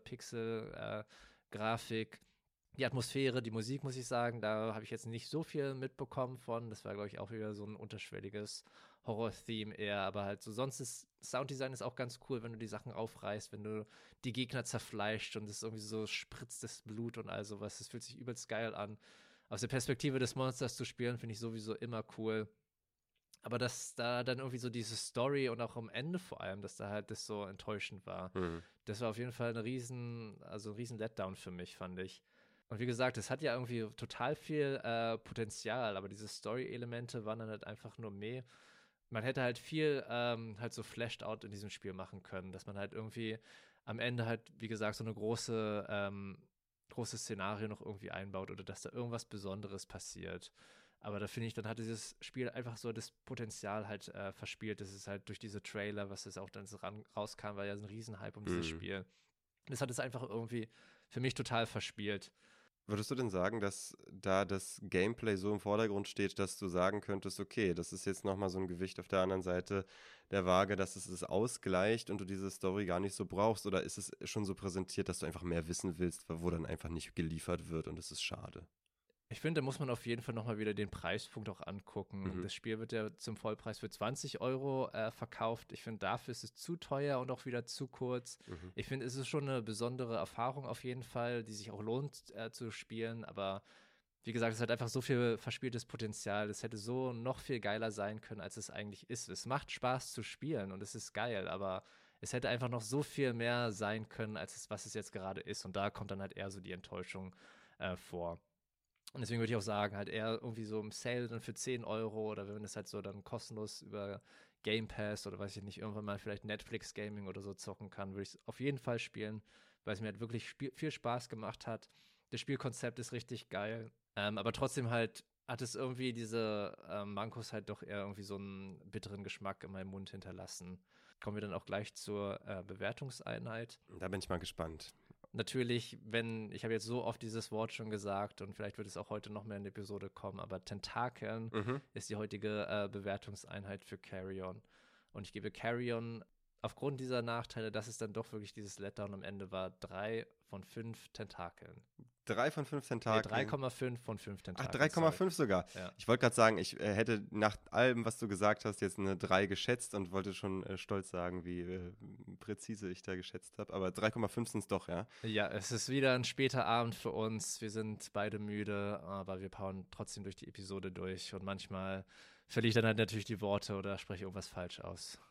Pixel-Grafik, die Atmosphäre, die Musik, muss ich sagen, da habe ich jetzt nicht so viel mitbekommen von. Das war, glaube ich, auch wieder so ein unterschwelliges Horror-Theme eher, aber halt so sonst ist Sounddesign ist auch ganz cool, wenn du die Sachen aufreißt, wenn du die Gegner zerfleischt und es irgendwie so spritzt das Blut und all sowas. Das fühlt sich übelst geil an. Aus der Perspektive des Monsters zu spielen, finde ich sowieso immer cool. Aber dass da dann irgendwie so diese Story und auch am Ende vor allem, dass da halt das so enttäuschend war, Mhm. das war auf jeden Fall ein riesen, also ein riesen Letdown für mich, fand ich. Und wie gesagt, es hat ja irgendwie total viel äh, Potenzial, aber diese Story-Elemente waren dann halt einfach nur meh. Man hätte halt viel ähm, halt so flashed out in diesem Spiel machen können, dass man halt irgendwie am Ende halt, wie gesagt, so eine große, ähm, großes Szenario noch irgendwie einbaut oder dass da irgendwas Besonderes passiert. Aber da finde ich, dann hat dieses Spiel einfach so das Potenzial halt äh, verspielt. Das ist halt durch diese Trailer, was es auch dann so ran, rauskam, war ja so ein Riesenhype um dieses Mhm. Spiel. Das hat es einfach irgendwie für mich total verspielt. Würdest du denn sagen, dass da das Gameplay so im Vordergrund steht, dass du sagen könntest, okay, das ist jetzt nochmal so ein Gewicht auf der anderen Seite der Waage, dass es es ausgleicht und du diese Story gar nicht so brauchst? Oder ist es schon so präsentiert, dass du einfach mehr wissen willst, wo dann einfach nicht geliefert wird und es ist schade? Ich finde, da muss man auf jeden Fall nochmal wieder den Preispunkt auch angucken. Mhm. Das Spiel wird ja zum Vollpreis für zwanzig Euro äh, verkauft. Ich finde, dafür ist es zu teuer und auch wieder zu kurz. Mhm. Ich finde, es ist schon eine besondere Erfahrung auf jeden Fall, die sich auch lohnt äh, zu spielen. Aber wie gesagt, es hat einfach so viel verspieltes Potenzial. Es hätte so noch viel geiler sein können, als es eigentlich ist. Es macht Spaß zu spielen und es ist geil, aber es hätte einfach noch so viel mehr sein können, als es, was es jetzt gerade ist. Und da kommt dann halt eher so die Enttäuschung äh, vor. Und deswegen würde ich auch sagen, halt eher irgendwie so im Sale dann für zehn Euro oder wenn es halt so dann kostenlos über Game Pass oder weiß ich nicht, irgendwann mal vielleicht Netflix Gaming oder so zocken kann, würde ich es auf jeden Fall spielen, weil es mir halt wirklich spiel- viel Spaß gemacht hat. Das Spielkonzept ist richtig geil, ähm, aber trotzdem halt hat es irgendwie diese ähm, Mankos halt doch eher irgendwie so einen bitteren Geschmack in meinem Mund hinterlassen. Kommen wir dann auch gleich zur äh, Bewertungseinheit. Da bin ich mal gespannt. Natürlich, wenn, ich habe jetzt so oft dieses Wort schon gesagt und vielleicht wird es auch heute noch mehr in der Episode kommen, aber Tentakeln Mhm. ist die heutige äh, Bewertungseinheit für Carrion. Und ich gebe Carrion aufgrund dieser Nachteile, dass es dann doch wirklich dieses Letdown am Ende war, drei von fünf Tentakeln. Drei von fünf Nee, Tentakeln. drei Komma fünf von fünf Ach, Tentakeln. drei Komma fünf sogar. Ja. Ich wollte gerade sagen, ich äh, hätte nach allem, was du gesagt hast, jetzt eine drei geschätzt und wollte schon äh, stolz sagen, wie äh, präzise ich da geschätzt habe. Aber drei Komma fünf sind es doch, ja. Ja, es ist wieder ein später Abend für uns. Wir sind beide müde, aber wir powern trotzdem durch die Episode durch. Und manchmal verliere ich dann halt natürlich die Worte oder spreche irgendwas falsch aus.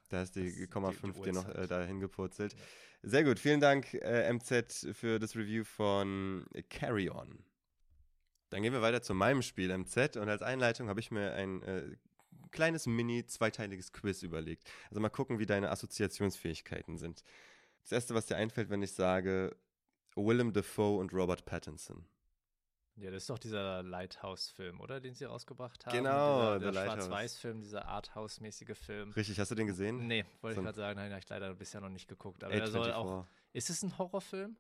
Da ist die Das- Komma die- die fünf dir noch Uhrzeit. äh, dahin gepurzelt. Sehr gut, vielen Dank, äh, M Z, für das Review von Carry On. Dann gehen wir weiter zu meinem Spiel, M Z. Und als Einleitung habe ich mir ein äh, kleines Mini-zweiteiliges Quiz überlegt. Also mal gucken, wie deine Assoziationsfähigkeiten sind. Das Erste, was dir einfällt, wenn ich sage Willem Dafoe und Robert Pattinson. Ja, das ist doch dieser Lighthouse-Film, oder? Den sie rausgebracht haben. Genau, dieser, der The Lighthouse. Schwarz-Weiß-Film, dieser Arthouse-mäßige Film. Richtig, hast du den gesehen? Nee, wollte So ich ein gerade sagen, nein, habe ich leider bisher noch nicht geguckt. Aber er soll auch. A vierundzwanzig. Ist es ein Horrorfilm?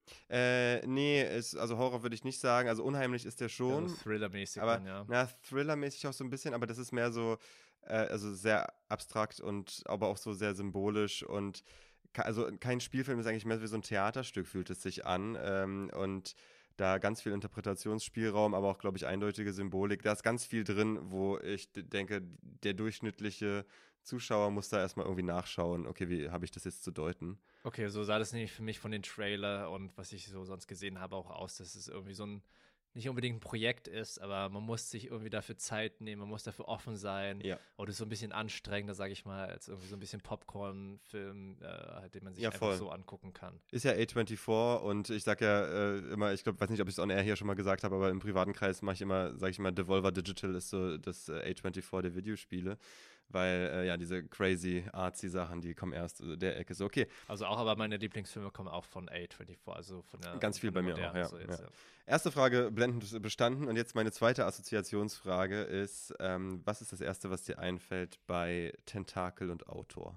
Äh, nee, ist, also Horror würde ich nicht sagen. Also unheimlich ist der schon. Also Thriller-mäßig aber dann, ja. na, Thriller-mäßig auch so ein bisschen, aber das ist mehr so, äh, also sehr abstrakt und aber auch so sehr symbolisch und ke- also kein Spielfilm ist eigentlich mehr wie so ein Theaterstück, fühlt es sich an. Ähm, und da ganz viel Interpretationsspielraum, aber auch, glaube ich, eindeutige Symbolik. Da ist ganz viel drin, wo ich d- denke, der durchschnittliche Zuschauer muss da erstmal irgendwie nachschauen, okay, wie habe ich das jetzt zu deuten? Okay, so sah das nämlich für mich von den Trailer und was ich so sonst gesehen habe auch aus, dass es irgendwie so ein, nicht unbedingt ein Projekt ist, aber man muss sich irgendwie dafür Zeit nehmen, man muss dafür offen sein. Ja. Und es ist so ein bisschen anstrengender, sage ich mal, als irgendwie so ein bisschen Popcorn-Film, äh, halt, den man sich Ja, einfach voll. so angucken kann. Ist ja A vierundzwanzig und ich sag ja äh, immer, ich glaube, weiß nicht, ob ich es on air hier schon mal gesagt habe, aber im privaten Kreis mache ich immer, sage ich immer, Devolver Digital ist so das äh, A vierundzwanzig der Videospiele, weil äh, ja, diese crazy artsy Sachen, die kommen erst äh, der Ecke so, okay, Also auch, aber meine Lieblingsfilme kommen auch von A vierundzwanzig, also von der Ganz viel von bei der mir auch, modernen, ja, so jetzt, ja. ja. erste Frage blendend bestanden und jetzt meine zweite Assoziationsfrage ist, ähm, was ist das Erste, was dir einfällt bei Tentakel und Autor?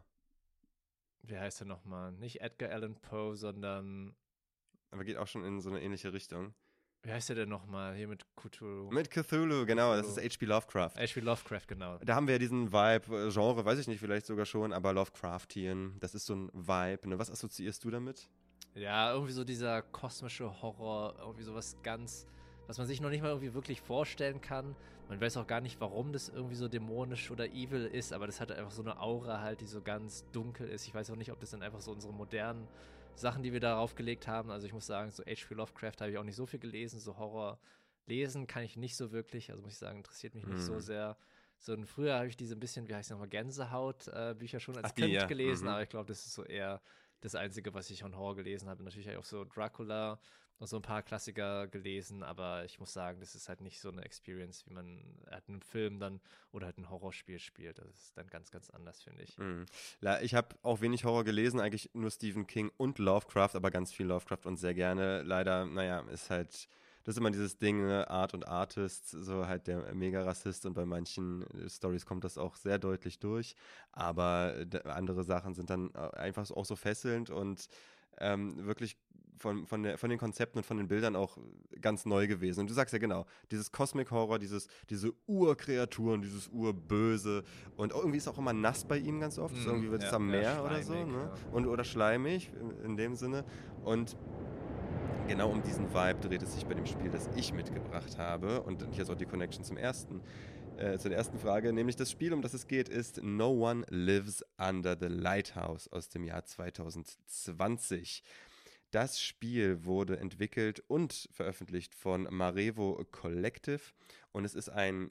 Wie heißt der nochmal? Nicht Edgar Allan Poe, sondern, Aber geht auch schon in so eine ähnliche Richtung. wie heißt der denn nochmal? Hier mit Cthulhu. Mit Cthulhu, genau, das Cthulhu. ist H P Lovecraft. H P Lovecraft, genau. Da haben wir ja diesen Vibe, äh, Genre, weiß ich nicht, vielleicht sogar schon, aber Lovecraftian, das ist so ein Vibe. Ne? Was assoziierst du damit? Ja, irgendwie so dieser kosmische Horror, irgendwie sowas ganz, was man sich noch nicht mal irgendwie wirklich vorstellen kann. Man weiß auch gar nicht, warum das irgendwie so dämonisch oder evil ist, aber das hat einfach so eine Aura halt, die so ganz dunkel ist. Ich weiß auch nicht, ob das dann einfach so unsere modernen Sachen, die wir darauf gelegt haben. Also ich muss sagen, so H P Lovecraft habe ich auch nicht so viel gelesen, so Horror lesen kann ich nicht so wirklich, also muss ich sagen, interessiert mich nicht Mhm. so sehr. So und früher habe ich diese ein bisschen, wie heißt es nochmal, Gänsehaut-Bücher schon als Ach, die, Kind ja. gelesen, Mhm. aber ich glaube, das ist so eher das Einzige, was ich an Horror gelesen habe. Natürlich auch so Dracula und so ein paar Klassiker gelesen, aber ich muss sagen, das ist halt nicht so eine Experience, wie man halt einen Film dann oder halt ein Horrorspiel spielt. Das ist dann ganz, ganz anders, finde ich. Mhm. La- Ich habe auch wenig Horror gelesen, eigentlich nur Stephen King und Lovecraft, aber ganz viel Lovecraft und sehr gerne. Leider, naja, ist halt, das ist immer dieses Ding, ne? Art und Artist, so halt der Mega-Rassist und bei manchen äh, Stories kommt das auch sehr deutlich durch, aber äh, d- andere Sachen sind dann äh, einfach auch so fesselnd und ähm, wirklich von, von, der, von den Konzepten und von den Bildern auch ganz neu gewesen. Und du sagst ja genau, dieses Cosmic Horror, dieses, diese Urkreaturen, dieses Urböse und irgendwie ist auch immer nass bei ihm ganz oft. Mm, irgendwie wird es ja, am ja, Meer oder so, schleimig, ne? ja. Und, oder schleimig in, in dem Sinne. Und genau um diesen Vibe dreht es sich bei dem Spiel, das ich mitgebracht habe. Und hier ist auch die Connection zum ersten, äh, zu der ersten Frage. Nämlich das Spiel, um das es geht, ist No One Lives Under the Lighthouse aus dem Jahr zwanzig zwanzig. Das Spiel wurde entwickelt und veröffentlicht von Marevo Collective und es ist ein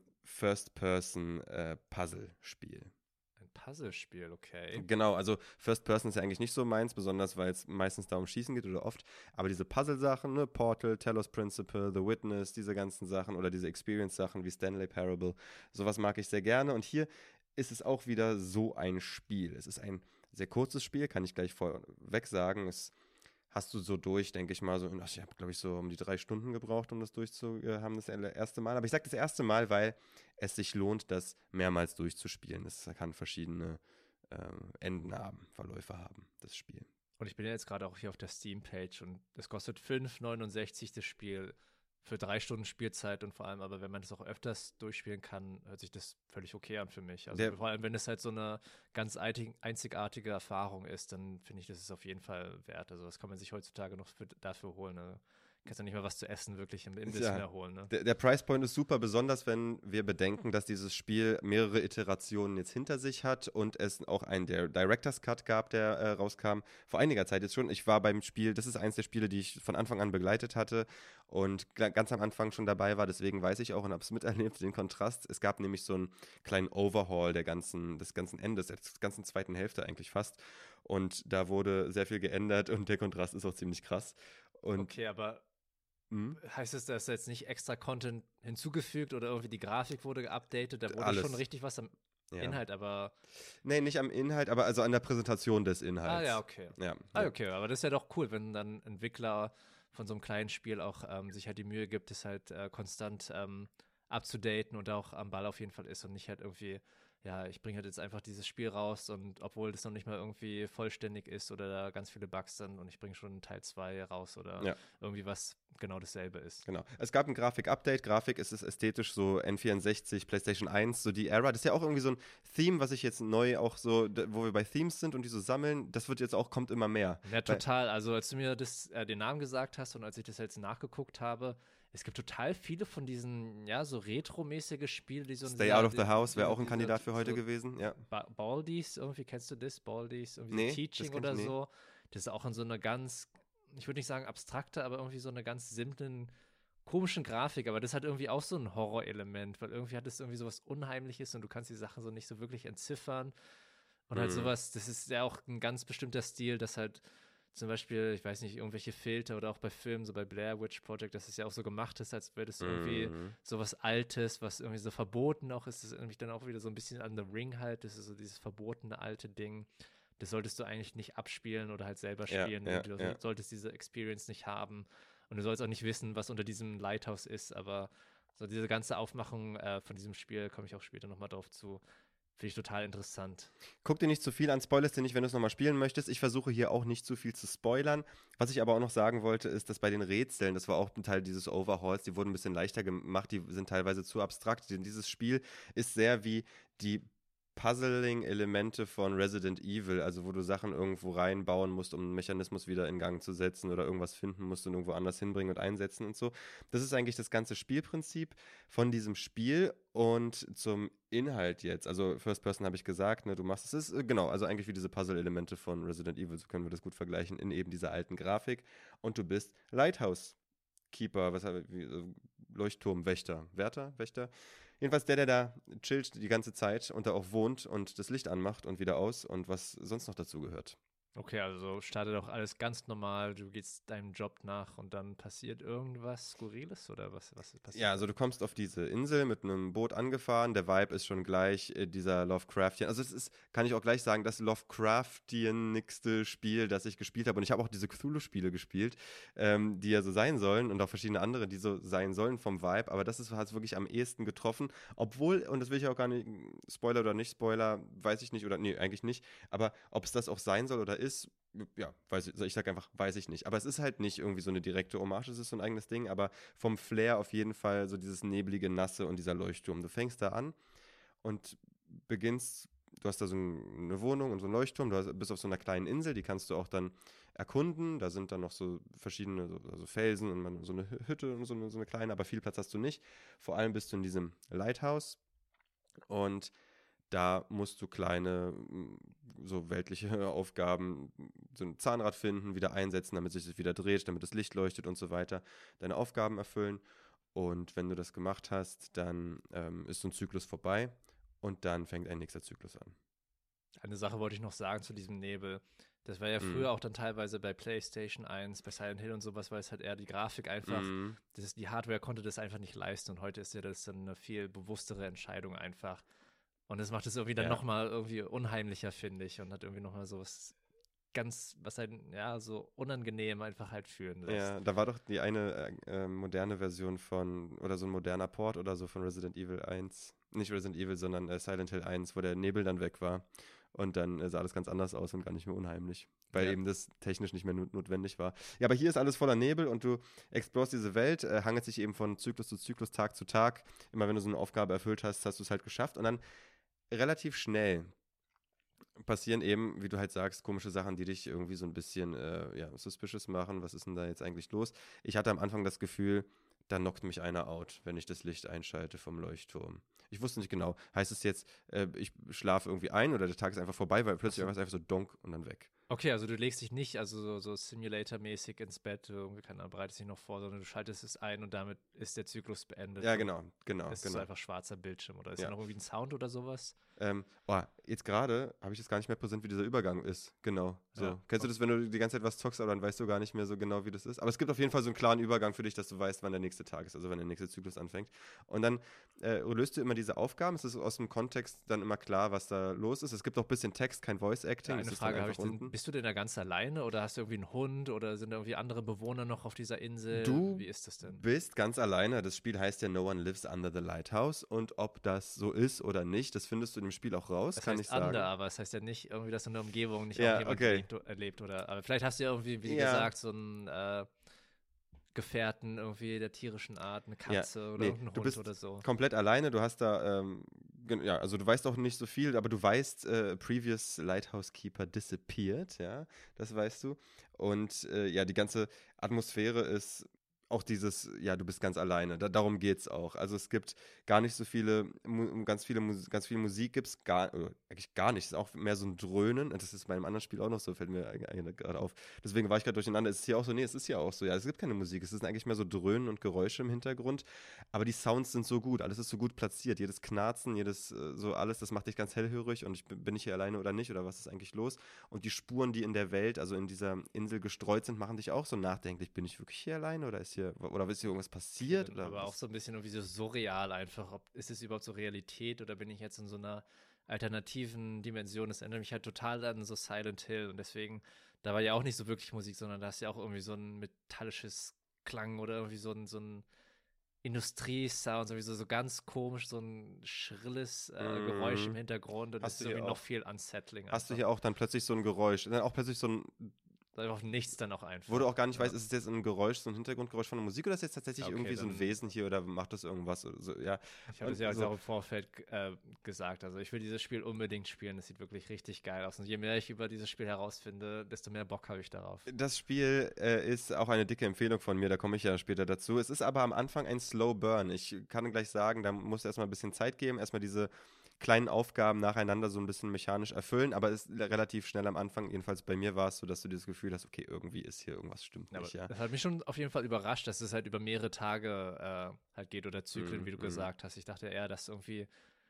First-Person-Puzzle-Spiel. Ein Puzzlespiel, okay. Genau, also First Person ist ja eigentlich nicht so meins, besonders weil es meistens darum Schießen geht oder oft. Aber diese Puzzle-Sachen, ne, Portal, Telos Principle, The Witness, diese ganzen Sachen oder diese Experience-Sachen wie Stanley Parable, sowas mag ich sehr gerne. Und hier ist es auch wieder so ein Spiel. Es ist ein sehr kurzes Spiel, kann ich gleich vorweg sagen. Es hast du so durch, denke ich mal, so, ach, ich habe, glaube ich, so um die drei Stunden gebraucht, um das durchzuhaben, das erste Mal. Aber ich sage das erste Mal, weil es sich lohnt, das mehrmals durchzuspielen. Es kann verschiedene ähm, Enden haben, Verläufe haben, das Spiel. Und ich bin ja jetzt gerade auch hier auf der Steam-Page und es kostet fünf neunundsechzig das Spiel für drei Stunden Spielzeit und vor allem, aber wenn man das auch öfters durchspielen kann, hört sich das völlig okay an für mich. Also Der- vor allem, wenn es halt so eine ganz eitig- einzigartige Erfahrung ist, dann finde ich, das ist auf jeden Fall wert. Also das kann man sich heutzutage noch für, dafür holen. Eine kannst du nicht mal was zu essen wirklich im Imbiss Ja. mehr holen. Ne? Der, der Price Point ist super, besonders wenn wir bedenken, dass dieses Spiel mehrere Iterationen jetzt hinter sich hat und es auch einen der Director's Cut gab, der äh, rauskam, vor einiger Zeit jetzt schon. Ich war beim Spiel, das ist eins der Spiele, die ich von Anfang an begleitet hatte und gl- ganz am Anfang schon dabei war, deswegen weiß ich auch und habe es miterlebt, den Kontrast. Es gab nämlich so einen kleinen Overhaul der ganzen, des ganzen Endes, der ganzen zweiten Hälfte eigentlich fast und da wurde sehr viel geändert und der Kontrast ist auch ziemlich krass. Und Okay, aber mh, heißt es, dass jetzt nicht extra Content hinzugefügt oder irgendwie die Grafik wurde geupdatet? Da wurde alles. schon richtig was am ja. Inhalt, aber. Nee, nicht am Inhalt, aber also an der Präsentation des Inhalts. Ah, ja, okay. Ja. Ah, okay, aber das ist ja doch cool, wenn dann ein Entwickler von so einem kleinen Spiel auch ähm, sich halt die Mühe gibt, es halt äh, konstant ähm, abzudaten und auch am Ball auf jeden Fall ist und nicht halt irgendwie, ja, ich bringe halt jetzt einfach dieses Spiel raus und obwohl das noch nicht mal irgendwie vollständig ist oder da ganz viele Bugs sind und ich bringe schon Teil zwei raus oder Ja. irgendwie was genau dasselbe ist. Genau. Es gab ein Grafik-Update. Grafik ist es ästhetisch so N vierundsechzig, PlayStation eins, so die Era. Das ist ja auch irgendwie so ein Theme, was ich jetzt neu auch so, d- wo wir bei Themes sind und die so sammeln. Das wird jetzt auch, kommt immer mehr. Ja, total. Also als du mir das, äh, den Namen gesagt hast und als ich das jetzt nachgeguckt habe, es gibt total viele von diesen, ja, so retro-mäßige Spiele, die so in Stay dieser- Out of the die- House wäre diese- auch ein diese- Kandidat für heute so gewesen. Ja. Ba- Baldies, irgendwie, kennst du das? Baldies, irgendwie Nee, so das Teaching kenn ich oder nicht. so. Das ist auch in so einer ganz, ich würde nicht sagen abstrakte, aber irgendwie so einer ganz simplen, komischen Grafik. Aber das hat irgendwie auch so ein Horrorelement, weil irgendwie hat es irgendwie so was Unheimliches und du kannst die Sachen so nicht so wirklich entziffern. Und halt Mhm. sowas, das ist ja auch ein ganz bestimmter Stil, dass halt zum Beispiel, ich weiß nicht, irgendwelche Filter oder auch bei Filmen, so bei Blair Witch Project, dass es ja auch so gemacht ist, als wäre das irgendwie Mhm. sowas Altes, was irgendwie so verboten auch ist. Das ist irgendwie dann auch wieder so ein bisschen an The Ring halt. Das ist so dieses verbotene alte Ding. Das solltest du eigentlich nicht abspielen oder halt selber Ja, spielen. ja, du ja. solltest diese Experience nicht haben. Und du sollst auch nicht wissen, was unter diesem Lighthouse ist. Aber so diese ganze Aufmachung äh, von diesem Spiel, komme ich auch später nochmal drauf zu, finde ich total interessant. Guck dir nicht zu viel an, spoilerst dir nicht, wenn du es nochmal spielen möchtest. Ich versuche hier auch nicht zu viel zu spoilern. Was ich aber auch noch sagen wollte, ist, dass bei den Rätseln, das war auch ein Teil dieses Overhauls, die wurden ein bisschen leichter gemacht, die sind teilweise zu abstrakt. Denn dieses Spiel ist sehr wie die Puzzling-Elemente von Resident Evil, also wo du Sachen irgendwo reinbauen musst, um einen Mechanismus wieder in Gang zu setzen oder irgendwas finden musst und irgendwo anders hinbringen und einsetzen und so. Das ist eigentlich das ganze Spielprinzip von diesem Spiel und zum Inhalt jetzt. Also First Person habe ich gesagt, ne, du machst es, ist, äh, genau, also eigentlich wie diese Puzzle-Elemente von Resident Evil, so können wir das gut vergleichen, in eben dieser alten Grafik. Und du bist Lighthouse Keeper, was habe ich, Leuchtturmwächter, Wärter, Wächter. Jedenfalls der, der da chillt die ganze Zeit und da auch wohnt und das Licht anmacht und wieder aus und was sonst noch dazu gehört. Okay, also startet auch alles ganz normal, du gehst deinem Job nach und dann passiert irgendwas Skurriles oder was, was passiert? Ja, also du kommst auf diese Insel mit einem Boot angefahren, der Vibe ist schon gleich äh, dieser Lovecraftian, also es ist, kann ich auch gleich sagen, das Lovecraftianigste Spiel, das ich gespielt habe und ich habe auch diese Cthulhu-Spiele gespielt, ähm, die ja so sein sollen und auch verschiedene andere, die so sein sollen vom Vibe, aber das hat es wirklich am ehesten getroffen, obwohl, und das will ich auch gar nicht, Spoiler oder nicht Spoiler, weiß ich nicht, oder nee, eigentlich nicht, aber ob es das auch sein soll oder ist, ja, weiß ich, ich sag einfach, weiß ich nicht. Aber es ist halt nicht irgendwie so eine direkte Hommage, es ist so ein eigenes Ding, aber vom Flair auf jeden Fall so dieses neblige, nasse und dieser Leuchtturm. Du fängst da an und beginnst, du hast da so eine Wohnung und so einen Leuchtturm, du hast, bist auf so einer kleinen Insel, die kannst du auch dann erkunden, da sind dann noch so verschiedene so, also Felsen und man, so eine Hütte und so eine, so eine kleine, aber viel Platz hast du nicht. Vor allem bist du in diesem Lighthouse und da musst du kleine, so weltliche Aufgaben, so ein Zahnrad finden, wieder einsetzen, damit sich das wieder dreht, damit das Licht leuchtet und so weiter, deine Aufgaben erfüllen. Und wenn du das gemacht hast, dann ähm, ist so ein Zyklus vorbei und dann fängt ein nächster Zyklus an. Eine Sache wollte ich noch sagen zu diesem Nebel. Das war ja Mhm. früher auch dann teilweise bei PlayStation eins, bei Silent Hill und sowas, weil es halt eher die Grafik einfach, Mhm. das ist, die Hardware konnte das einfach nicht leisten und heute ist ja das dann eine viel bewusstere Entscheidung einfach. Und das macht es irgendwie dann Ja. nochmal irgendwie unheimlicher, finde ich, und hat irgendwie nochmal so was ganz, was halt, ja, so unangenehm einfach halt fühlen lässt. Ja, da war doch die eine äh, äh, moderne Version von, oder so ein moderner Port oder so von Resident Evil eins. Nicht Resident Evil, sondern äh, Silent Hill eins, wo der Nebel dann weg war. Und dann äh, sah alles ganz anders aus und gar nicht mehr unheimlich. Weil Ja. eben das technisch nicht mehr not- notwendig war. Ja, aber hier ist alles voller Nebel und du explorst diese Welt, äh, hangelt sich eben von Zyklus zu Zyklus, Tag zu Tag. Immer wenn du so eine Aufgabe erfüllt hast, hast du es halt geschafft. Und dann relativ schnell passieren eben, wie du halt sagst, komische Sachen, die dich irgendwie so ein bisschen äh, ja, suspicious machen. Was ist denn da jetzt eigentlich los? Ich hatte am Anfang das Gefühl, da knockt mich einer out, wenn ich das Licht einschalte vom Leuchtturm. Ich wusste nicht genau. Heißt es jetzt, äh, ich schlafe irgendwie ein oder der Tag ist einfach vorbei, weil plötzlich so. einfach so donk und dann weg. Okay, also du legst dich nicht, also so, so Simulator-mäßig ins Bett, irgendwie, keine Ahnung, bereitest dich noch vor, sondern du schaltest es ein und damit ist der Zyklus beendet. Ja, genau, genau, Es ist genau. so einfach schwarzer Bildschirm oder ist Ja. da noch irgendwie ein Sound oder sowas? Ähm, oh, jetzt gerade habe ich jetzt gar nicht mehr präsent, wie dieser Übergang ist. Genau. So. Ja. Kennst du das, wenn du die ganze Zeit was zockst, aber dann weißt du gar nicht mehr so genau, wie das ist? Aber es gibt auf jeden Fall so einen klaren Übergang für dich, dass du weißt, wann der nächste Tag ist, also wann der nächste Zyklus anfängt. Und dann äh, löst du immer diese Aufgaben. Es ist aus dem Kontext dann immer klar, was da los ist. Es gibt auch ein bisschen Text, kein Voice-Acting. Ja, eine Frage habe ich, denn, bist du denn da ganz alleine oder hast du irgendwie einen Hund oder sind da irgendwie andere Bewohner noch auf dieser Insel? Du Wie ist das denn? bist ganz alleine. Das Spiel heißt ja No One Lives Under the Lighthouse. Und ob das so ist oder nicht, das findest du in dem Spiel auch raus, Das kann heißt ich sagen. under, aber es heißt ja nicht irgendwie, dass in der Umgebung nicht Ja, auch jemand okay. lebt, erlebt oder. Aber vielleicht hast du ja irgendwie, wie Ja. gesagt, so einen äh, Gefährten irgendwie der tierischen Art, eine Katze Ja, oder nee, irgendeinen du Hund bist oder so. komplett alleine. Du hast da, ähm, gen- ja, also du weißt auch nicht so viel, aber du weißt, äh, previous Lighthouse Keeper disappeared, ja, das weißt du. Und äh, ja, die ganze Atmosphäre ist auch dieses, ja, du bist ganz alleine. Da, darum geht's auch. Also es gibt gar nicht so viele, mu ganz viele, Mus ganz viel Musik gibt's gar, oder eigentlich gar nicht. Es ist auch mehr so ein Dröhnen. Das ist bei einem anderen Spiel auch noch so, fällt mir gerade auf. Deswegen war ich gerade durcheinander. Es ist hier auch so, nee, es ist hier auch so. Ja, es gibt keine Musik. Es ist eigentlich mehr so Dröhnen und Geräusche im Hintergrund. Aber die Sounds sind so gut. Alles ist so gut platziert. Jedes Knarzen, jedes, äh, so alles, das macht dich ganz hellhörig. Und ich bin, bin ich hier alleine oder nicht? Oder was ist eigentlich los? Und die Spuren, die in der Welt, also in dieser Insel gestreut sind, machen dich auch so nachdenklich. Bin ich wirklich hier alleine oder ist hier, oder ist hier irgendwas passiert? Ja, Oder aber was? auch so ein bisschen irgendwie so surreal einfach. Ob, ist es überhaupt so Realität oder bin ich jetzt in so einer alternativen Dimension? Das erinnert mich halt total an so Silent Hill und deswegen, da war ja auch nicht so wirklich Musik, sondern da ist ja auch irgendwie so ein metallisches Klang oder irgendwie so ein, so ein Industriesound, sowieso so ganz komisch, so ein schrilles äh, Mhm. Geräusch im Hintergrund und Hast das du ist hier irgendwie noch auch- viel unsettling. Hast du einfach. hier auch dann plötzlich so ein Geräusch? Dann auch plötzlich so ein, Einfach nichts dann auch einfach. wo du auch gar nicht Ja. weißt, ist es jetzt ein Geräusch, so ein Hintergrundgeräusch von der Musik oder ist es jetzt tatsächlich Okay, irgendwie so ein dann- Wesen hier oder macht das irgendwas? Oder so, ja. Ich habe Und es ja so- auch im Vorfeld äh, gesagt. Also ich will dieses Spiel unbedingt spielen. Das sieht wirklich richtig geil aus. Und je mehr ich über dieses Spiel herausfinde, desto mehr Bock habe ich darauf. Das Spiel äh, ist auch eine dicke Empfehlung von mir, da komme ich ja später dazu. Es ist aber am Anfang ein Slow Burn. Ich kann gleich sagen, da musst du erstmal ein bisschen Zeit geben, erstmal diese kleinen Aufgaben nacheinander so ein bisschen mechanisch erfüllen, aber es ist relativ schnell am Anfang, jedenfalls bei mir war es so, dass du dieses Gefühl hast, okay, irgendwie ist hier irgendwas stimmt Aber nicht, ja. das hat mich schon auf jeden Fall überrascht, dass es halt über mehrere Tage äh, halt geht oder Zyklen, Mm, wie du mm. gesagt hast. Ich dachte eher, dass irgendwie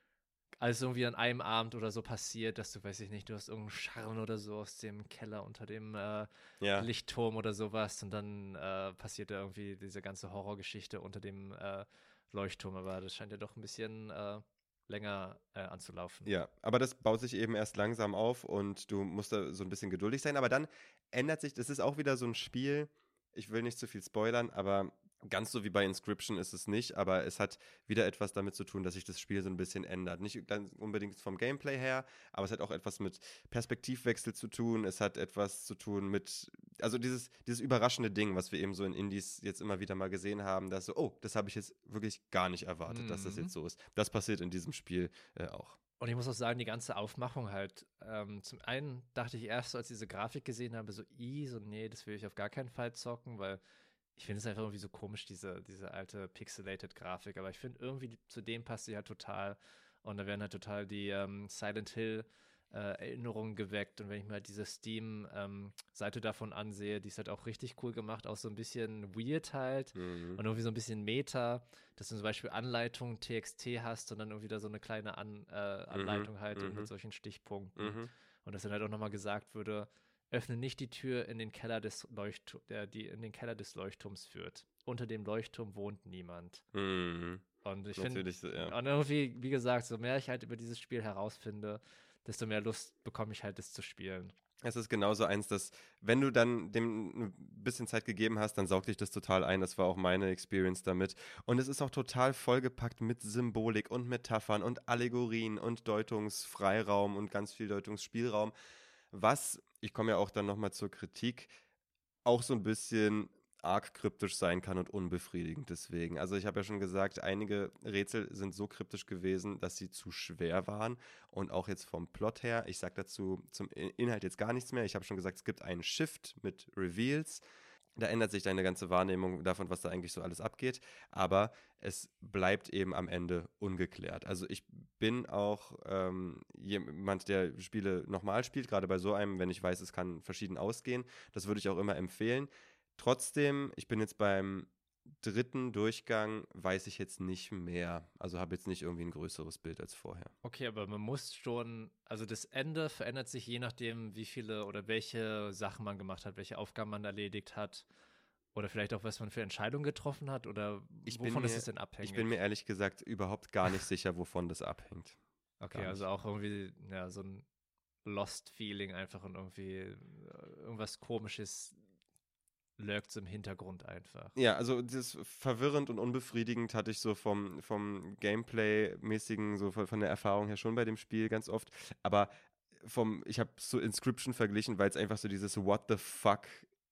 alles irgendwie an einem Abend oder so passiert, dass du, weiß ich nicht, du hast irgendeinen Scharren oder so aus dem Keller unter dem äh, Ja, Lichtturm oder sowas und dann äh, passiert da irgendwie diese ganze Horrorgeschichte unter dem äh, Leuchtturm, aber das scheint ja doch ein bisschen äh, länger äh, anzulaufen. ja, aber das baut sich eben erst langsam auf und du musst da so ein bisschen geduldig sein, aber dann ändert sich, das ist auch wieder so ein Spiel, ich will nicht zu viel spoilern, aber ganz so wie bei Inscription ist es nicht, aber es hat wieder etwas damit zu tun, dass sich das Spiel so ein bisschen ändert. Nicht ganz unbedingt vom Gameplay her, aber es hat auch etwas mit Perspektivwechsel zu tun, es hat etwas zu tun mit, also dieses, dieses überraschende Ding, was wir eben so in Indies jetzt immer wieder mal gesehen haben, dass so, oh, das habe ich jetzt wirklich gar nicht erwartet, dass das Mhm. jetzt so ist. Das passiert in diesem Spiel äh, auch. Und ich muss auch sagen, die ganze Aufmachung halt, ähm, zum einen dachte ich erst, so, als ich diese Grafik gesehen habe, so, i, so, nee, das will ich auf gar keinen Fall zocken, weil ich finde es einfach irgendwie so komisch, diese, diese alte pixelated Grafik, aber ich finde irgendwie, die, zu dem passt sie halt total und da werden halt total die ähm, Silent Hill äh, Erinnerungen geweckt und wenn ich mir halt diese Steam-Seite davon ansehe, die ist halt auch richtig cool gemacht, auch so ein bisschen weird halt Mhm. und irgendwie so ein bisschen Meta, dass du zum Beispiel Anleitungen T X T hast und dann irgendwie da so eine kleine An, äh, Anleitung halt und mhm. mit solchen Stichpunkten Mhm. und dass dann halt auch nochmal gesagt würde, öffne nicht die Tür in den Keller des Leuchtturms, der die in den Keller des Leuchtturms führt. Unter dem Leuchtturm wohnt niemand. Mhm. Und ich finde, Natürlich, so, ja. und irgendwie, wie gesagt, so mehr ich halt über dieses Spiel herausfinde, desto mehr Lust bekomme ich halt, es zu spielen. Es ist genauso eins, dass, wenn du dann dem ein bisschen Zeit gegeben hast, dann saugt dich das total ein. Das war auch meine Experience damit. Und es ist auch total vollgepackt mit Symbolik und Metaphern und Allegorien und Deutungsfreiraum und ganz viel Deutungsspielraum. Was, ich komme ja auch dann nochmal zur Kritik, auch so ein bisschen arg kryptisch sein kann und unbefriedigend deswegen. Also ich habe ja schon gesagt, einige Rätsel sind so kryptisch gewesen, dass sie zu schwer waren und auch jetzt vom Plot her, ich sage dazu zum Inhalt jetzt gar nichts mehr, ich habe schon gesagt, es gibt einen Shift mit Reveals, da ändert sich deine ganze Wahrnehmung davon, was da eigentlich so alles abgeht, aber es bleibt eben am Ende ungeklärt. Also ich bin auch ähm, jemand, der Spiele nochmal spielt, gerade bei so einem, wenn ich weiß, es kann verschieden ausgehen, das würde ich auch immer empfehlen. Trotzdem, ich bin jetzt beim dritten Durchgang, weiß ich jetzt nicht mehr. Also habe jetzt nicht irgendwie ein größeres Bild als vorher. Okay, aber man muss schon, also das Ende verändert sich je nachdem, wie viele oder welche Sachen man gemacht hat, welche Aufgaben man erledigt hat oder vielleicht auch, was man für Entscheidungen getroffen hat oder Ich wovon bin ist mir, es denn abhängig? Ich bin mir ehrlich gesagt überhaupt gar nicht sicher, wovon das abhängt. Okay, Gar also nicht. auch irgendwie, ja, so ein Lost-Feeling einfach und irgendwie äh, irgendwas Komisches lurkt so im Hintergrund einfach. Ja, also das verwirrend und unbefriedigend hatte ich so vom, vom Gameplay-mäßigen, so von, von der Erfahrung her schon bei dem Spiel ganz oft. Aber vom, ich habe so Inscription verglichen, weil es einfach so dieses What the fuck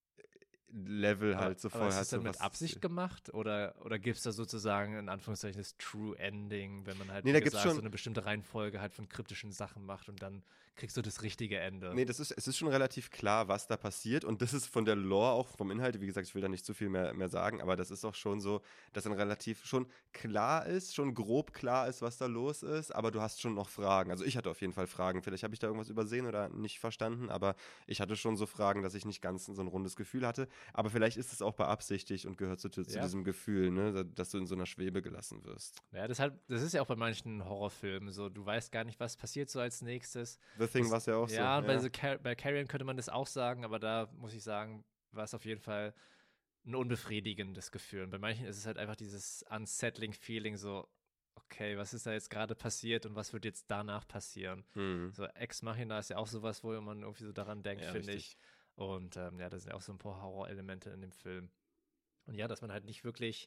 Level Aber, halt so aber voll ist hat. es dann So mit was, Absicht gemacht oder, oder gibt es da sozusagen in Anführungszeichen das True Ending, wenn man halt, Nee, wie da gibt's gesagt, so schon, eine bestimmte Reihenfolge halt von kryptischen Sachen macht und dann kriegst du das richtige Ende. nee, das ist, es ist schon relativ klar, was da passiert und das ist von der Lore, auch vom Inhalt, wie gesagt, ich will da nicht zu viel mehr, mehr sagen, aber das ist auch schon so, dass dann relativ schon klar ist, schon grob klar ist, was da los ist, aber du hast schon noch Fragen. Also ich hatte auf jeden Fall Fragen, vielleicht habe ich da irgendwas übersehen oder nicht verstanden, aber ich hatte schon so Fragen, dass ich nicht ganz so ein rundes Gefühl hatte, aber vielleicht ist es auch beabsichtigt und gehört zu, zu Ja. diesem Gefühl, ne, dass du in so einer Schwebe gelassen wirst. Ja, deshalb, das ist ja auch bei manchen Horrorfilmen so, du weißt gar nicht, was passiert so als nächstes. The Thing Das- war es ja auch so. Ja, bei, Ja. The Car bei Carrion könnte man das auch sagen, aber da muss ich sagen, war es auf jeden Fall ein unbefriedigendes Gefühl. Und bei manchen ist es halt einfach dieses unsettling Feeling, so, okay, was ist da jetzt gerade passiert und was wird jetzt danach passieren? Hm. So Ex Machina ist ja auch sowas, wo man irgendwie so daran denkt, Ja, finde richtig. ich. Und ähm, ja, da sind ja auch so ein paar Horrorelemente in dem Film. Und ja, dass man halt nicht wirklich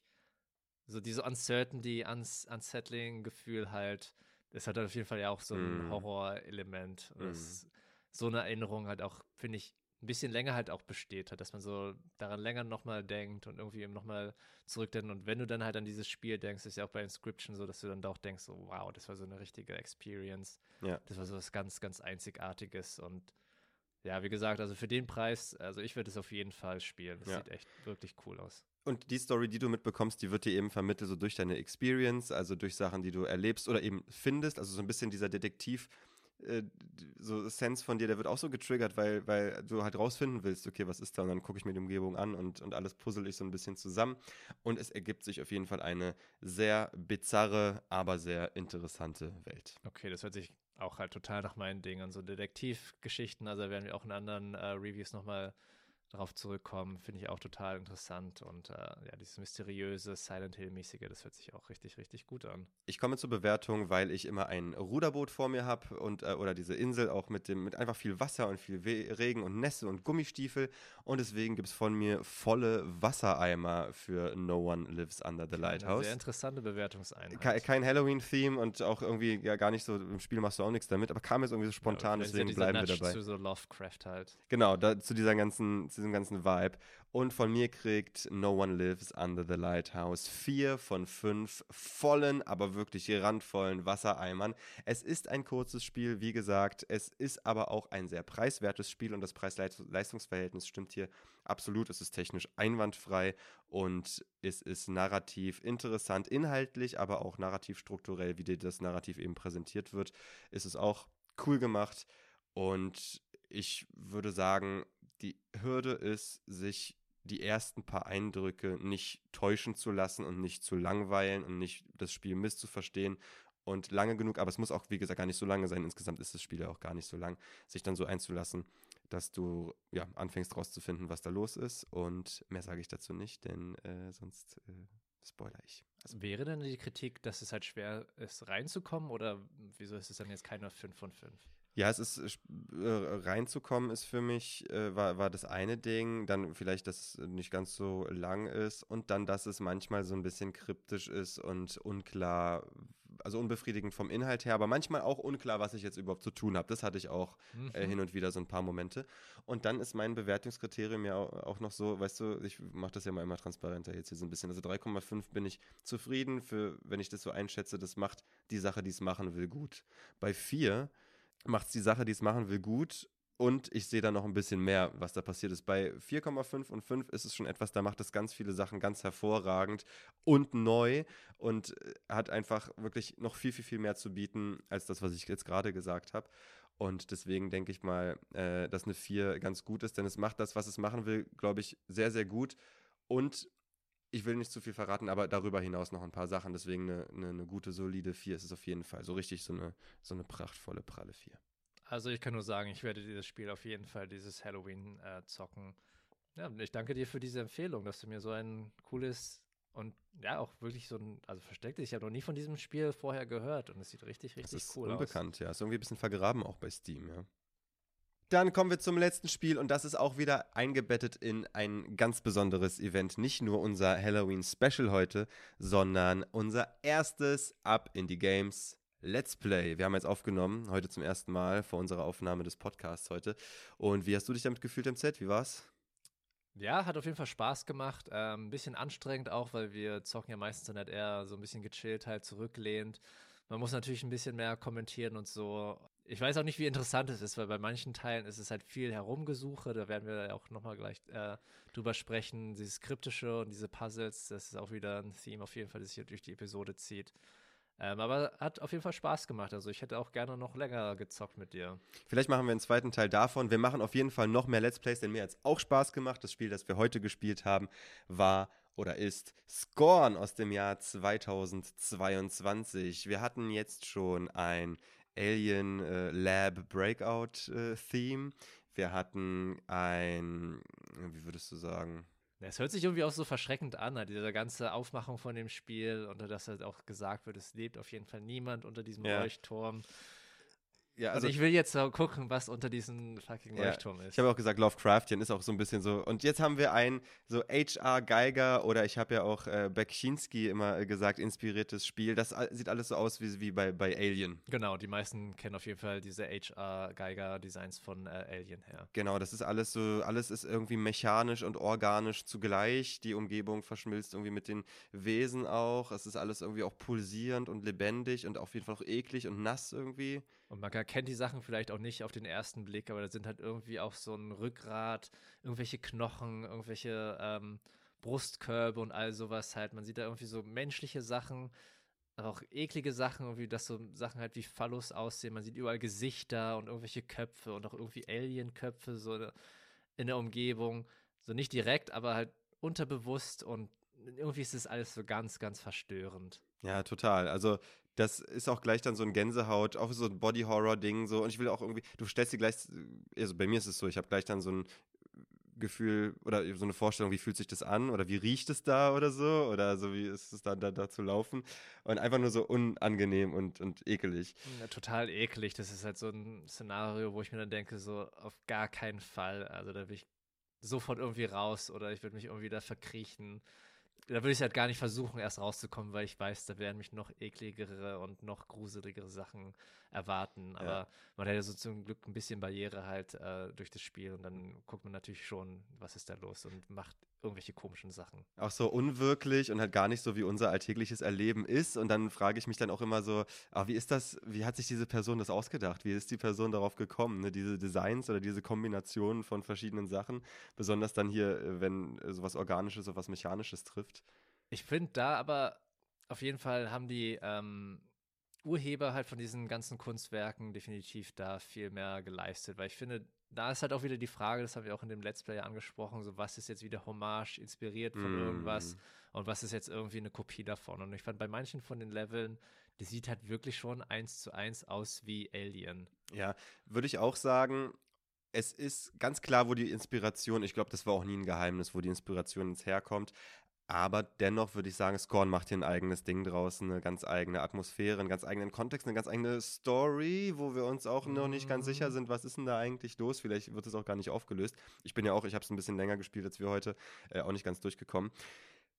so diese Uncertainty, uns unsettling Gefühl halt, das hat halt auf jeden Fall ja auch so ein Mm. Horrorelement. Und Mm. das so eine Erinnerung halt auch, finde ich, ein bisschen länger halt auch besteht hat, dass man so daran länger nochmal denkt und irgendwie eben nochmal zurückdenkt. Und wenn du dann halt an dieses Spiel denkst, ist ja auch bei Inscription so, dass du dann da auch denkst, so, wow, das war so eine richtige Experience. Ja. Das war so was ganz, ganz Einzigartiges. Und ja, wie gesagt, also für den Preis, also ich würde es auf jeden Fall spielen. Das Ja. sieht echt wirklich cool aus. Und die Story, die du mitbekommst, die wird dir eben vermittelt, so durch deine Experience, also durch Sachen, die du erlebst oder eben findest. Also so ein bisschen dieser Detektiv, äh, so Sense von dir, der wird auch so getriggert, weil, weil du halt rausfinden willst, okay, was ist da? Und dann gucke ich mir die Umgebung an und, und alles puzzle ich so ein bisschen zusammen. Und es ergibt sich auf jeden Fall eine sehr bizarre, aber sehr interessante Welt. Okay, das hört sich auch halt total nach meinen Dingen an. So Detektivgeschichten, also da werden wir auch in anderen äh, Reviews nochmal darauf zurückkommen, finde ich auch total interessant. Und äh, ja, dieses mysteriöse, Silent Hill-mäßige, das hört sich auch richtig, richtig gut an. Ich komme zur Bewertung, weil ich immer ein Ruderboot vor mir habe und äh, oder diese Insel auch mit dem mit einfach viel Wasser und viel We Regen und Nässe und Gummistiefel und deswegen gibt es von mir volle Wassereimer für No One Lives Under the Eine Lighthouse. sehr interessante Bewertungseinheit. Ke kein Halloween-Theme und auch irgendwie ja gar nicht so, im Spiel machst du auch nichts damit, aber kam jetzt irgendwie so spontan, ja, deswegen ja bleiben wir Nudge dabei. zu so Lovecraft halt. Genau, da, zu dieser ganzen, zu diesem ganzen Vibe. Und von mir kriegt No One Lives Under the Lighthouse vier von fünf vollen, aber wirklich randvollen Wassereimern. Es ist ein kurzes Spiel, wie gesagt. Es ist aber auch ein sehr preiswertes Spiel und das Preis-Leistungs-Verhältnis stimmt hier absolut. Es ist technisch einwandfrei und es ist narrativ interessant, inhaltlich, aber auch narrativ strukturell, wie dir das Narrativ eben präsentiert wird, ist es auch cool gemacht. Und ich würde sagen, die Hürde ist, sich die ersten paar Eindrücke nicht täuschen zu lassen und nicht zu langweilen und nicht das Spiel misszuverstehen und lange genug, aber es muss auch, wie gesagt, gar nicht so lange sein. Insgesamt ist das Spiel ja auch gar nicht so lang, sich dann so einzulassen, dass du ja anfängst rauszufinden, was da los ist. Und mehr sage ich dazu nicht, denn äh, sonst äh, spoiler ich. Also wäre denn die Kritik, dass es halt schwer ist, reinzukommen oder wieso ist es dann jetzt keine fünf von fünf? Ja, es ist, äh, reinzukommen ist für mich, äh, war, war das eine Ding, dann vielleicht, dass es nicht ganz so lang ist und dann, dass es manchmal so ein bisschen kryptisch ist und unklar, also unbefriedigend vom Inhalt her, aber manchmal auch unklar, was ich jetzt überhaupt zu tun habe. Das hatte ich auch Mhm. äh, hin und wieder so ein paar Momente. Und dann ist mein Bewertungskriterium ja auch, auch noch so, weißt du, ich mache das ja mal immer transparenter jetzt hier so ein bisschen. Also drei Komma fünf bin ich zufrieden, für, wenn ich das so einschätze, das macht die Sache, die es machen will, gut. Bei vier macht es die Sache, die es machen will, gut. Und ich sehe da noch ein bisschen mehr, was da passiert ist. Bei vier Komma fünf und fünf ist es schon etwas, da macht es ganz viele Sachen ganz hervorragend und neu und äh, hat einfach wirklich noch viel, viel, viel mehr zu bieten, als das, was ich jetzt gerade gesagt habe. Und deswegen denke ich mal, äh, dass eine vier ganz gut ist, denn es macht das, was es machen will, glaube ich, sehr, sehr gut. Und ich will nicht zu viel verraten, aber darüber hinaus noch ein paar Sachen. Deswegen eine, eine, eine gute, solide vier ist es auf jeden Fall. So richtig so eine, so eine prachtvolle, pralle vier. Also ich kann nur sagen, ich werde dieses Spiel auf jeden Fall, dieses Halloween äh, zocken. Ja, und ich danke dir für diese Empfehlung, dass du mir so ein cooles und ja auch wirklich so ein, also verstecktes, ich habe noch nie von diesem Spiel vorher gehört und es sieht richtig, Das richtig ist cool unbekannt, ja. Ist irgendwie ein bisschen vergraben auch bei Steam, ja. Dann kommen wir zum letzten Spiel und das ist auch wieder eingebettet in ein ganz besonderes Event. Nicht nur unser Halloween-Special heute, sondern unser erstes Up in die Games Let's Play. Wir haben jetzt aufgenommen, heute zum ersten Mal vor unserer Aufnahme des Podcasts heute. Und wie hast du dich damit gefühlt, M Z? Wie war's? aus. Ja, hat auf jeden Fall Spaß gemacht. Ähm, ein bisschen anstrengend auch, weil wir zocken ja meistens dann halt eher so ein bisschen gechillt, halt zurücklehnt. Man muss natürlich ein bisschen mehr kommentieren und so. Ich weiß auch nicht, wie interessant es ist, weil bei manchen Teilen ist es halt viel Herumgesuche. Da werden wir ja auch nochmal gleich äh, drüber sprechen. Dieses Kryptische und diese Puzzles, das ist auch wieder ein Theme auf jeden Fall, das sich durch die Episode zieht. Ähm, aber hat auf jeden Fall Spaß gemacht. Also ich hätte auch gerne noch länger gezockt mit dir. Vielleicht machen wir einen zweiten Teil davon. Wir machen auf jeden Fall noch mehr Let's Plays, denn mir hat es auch Spaß gemacht. Das Spiel, das wir heute gespielt haben, war oder ist Scorn aus dem Jahr zweitausendzweiundzwanzig. Wir hatten jetzt schon ein Alien äh, Lab Breakout äh, Theme. Wir hatten ein, wie würdest du sagen? Es hört sich irgendwie auch so verschreckend an, halt, diese ganze Aufmachung von dem Spiel und dass halt auch gesagt wird, es lebt auf jeden Fall niemand unter diesem Ja. Leuchtturm. Ja, Also, und ich will jetzt mal gucken, was unter diesem fucking ja, Leuchtturm ist. Ich habe auch gesagt, Lovecraftian ist auch so ein bisschen so. Und jetzt haben wir ein so H R. Geiger oder ich habe ja auch äh, Beksinski immer äh, gesagt, inspiriertes Spiel. Das all, sieht alles so aus wie, wie bei, bei Alien. Genau, die meisten kennen auf jeden Fall diese H R. Geiger-Designs von äh, Alien her. Genau, das ist alles so, alles ist irgendwie mechanisch und organisch zugleich. Die Umgebung verschmilzt irgendwie mit den Wesen auch. Es ist alles irgendwie auch pulsierend und lebendig und auf jeden Fall auch eklig und nass irgendwie. Und man erkennt die Sachen vielleicht auch nicht auf den ersten Blick, aber da sind halt irgendwie auch so ein Rückgrat, irgendwelche Knochen, irgendwelche ähm, Brustkörbe und all sowas halt. Man sieht da irgendwie so menschliche Sachen, aber auch eklige Sachen, irgendwie, dass so Sachen halt wie Phallus aussehen. Man sieht überall Gesichter und irgendwelche Köpfe und auch irgendwie Alienköpfe so in der Umgebung. So nicht direkt, aber halt unterbewusst und irgendwie ist das alles so ganz, ganz verstörend. Ja, total. Also das ist auch gleich dann so ein Gänsehaut, auch so ein Body-Horror-Ding so. Und ich will auch irgendwie, du stellst dir gleich, also bei mir ist es so, ich habe gleich dann so ein Gefühl oder so eine Vorstellung, wie fühlt sich das an oder wie riecht es da oder so oder so, wie ist es dann da, da zu laufen und einfach nur so unangenehm und, und ekelig. Ja, total eklig. Das ist halt so ein Szenario, wo ich mir dann denke, so auf gar keinen Fall. Also da will ich sofort irgendwie raus oder ich würde mich irgendwie da verkriechen. Da würde ich halt gar nicht versuchen, erst rauszukommen, weil ich weiß, da werden mich noch ekligere und noch gruseligere Sachen erwarten. Aber Ja. man hat ja so zum Glück ein bisschen Barriere halt äh, durch das Spiel und dann guckt man natürlich schon, was ist da los und macht irgendwelche komischen Sachen. Auch so unwirklich und halt gar nicht so, wie unser alltägliches Erleben ist. Und dann frage ich mich dann auch immer so, ah, wie ist das, wie hat sich diese Person das ausgedacht? Wie ist die Person darauf gekommen, ne? Diese Designs oder diese Kombinationen von verschiedenen Sachen, besonders dann hier, äh, wenn äh, sowas Organisches auf was Mechanisches trifft. Ich finde da aber auf jeden Fall haben die ähm, Urheber halt von diesen ganzen Kunstwerken definitiv da viel mehr geleistet, weil ich finde, da ist halt auch wieder die Frage, das haben wir auch in dem Let's Play angesprochen, so was ist jetzt wieder Hommage, inspiriert von Mm. irgendwas und was ist jetzt irgendwie eine Kopie davon. Und ich fand bei manchen von den Leveln, die sieht halt wirklich schon eins zu eins aus wie Alien. Ja, würde ich auch sagen. Es ist ganz klar, wo die Inspiration, ich glaube, das war auch nie ein Geheimnis, wo die Inspiration jetzt herkommt. Aber dennoch würde ich sagen, Scorn macht hier ein eigenes Ding draus, eine ganz eigene Atmosphäre, einen ganz eigenen Kontext, eine ganz eigene Story, wo wir uns auch noch nicht ganz sicher sind, was ist denn da eigentlich los? Vielleicht wird es auch gar nicht aufgelöst. Ich bin ja auch, ich habe es ein bisschen länger gespielt als wir heute, äh, auch nicht ganz durchgekommen.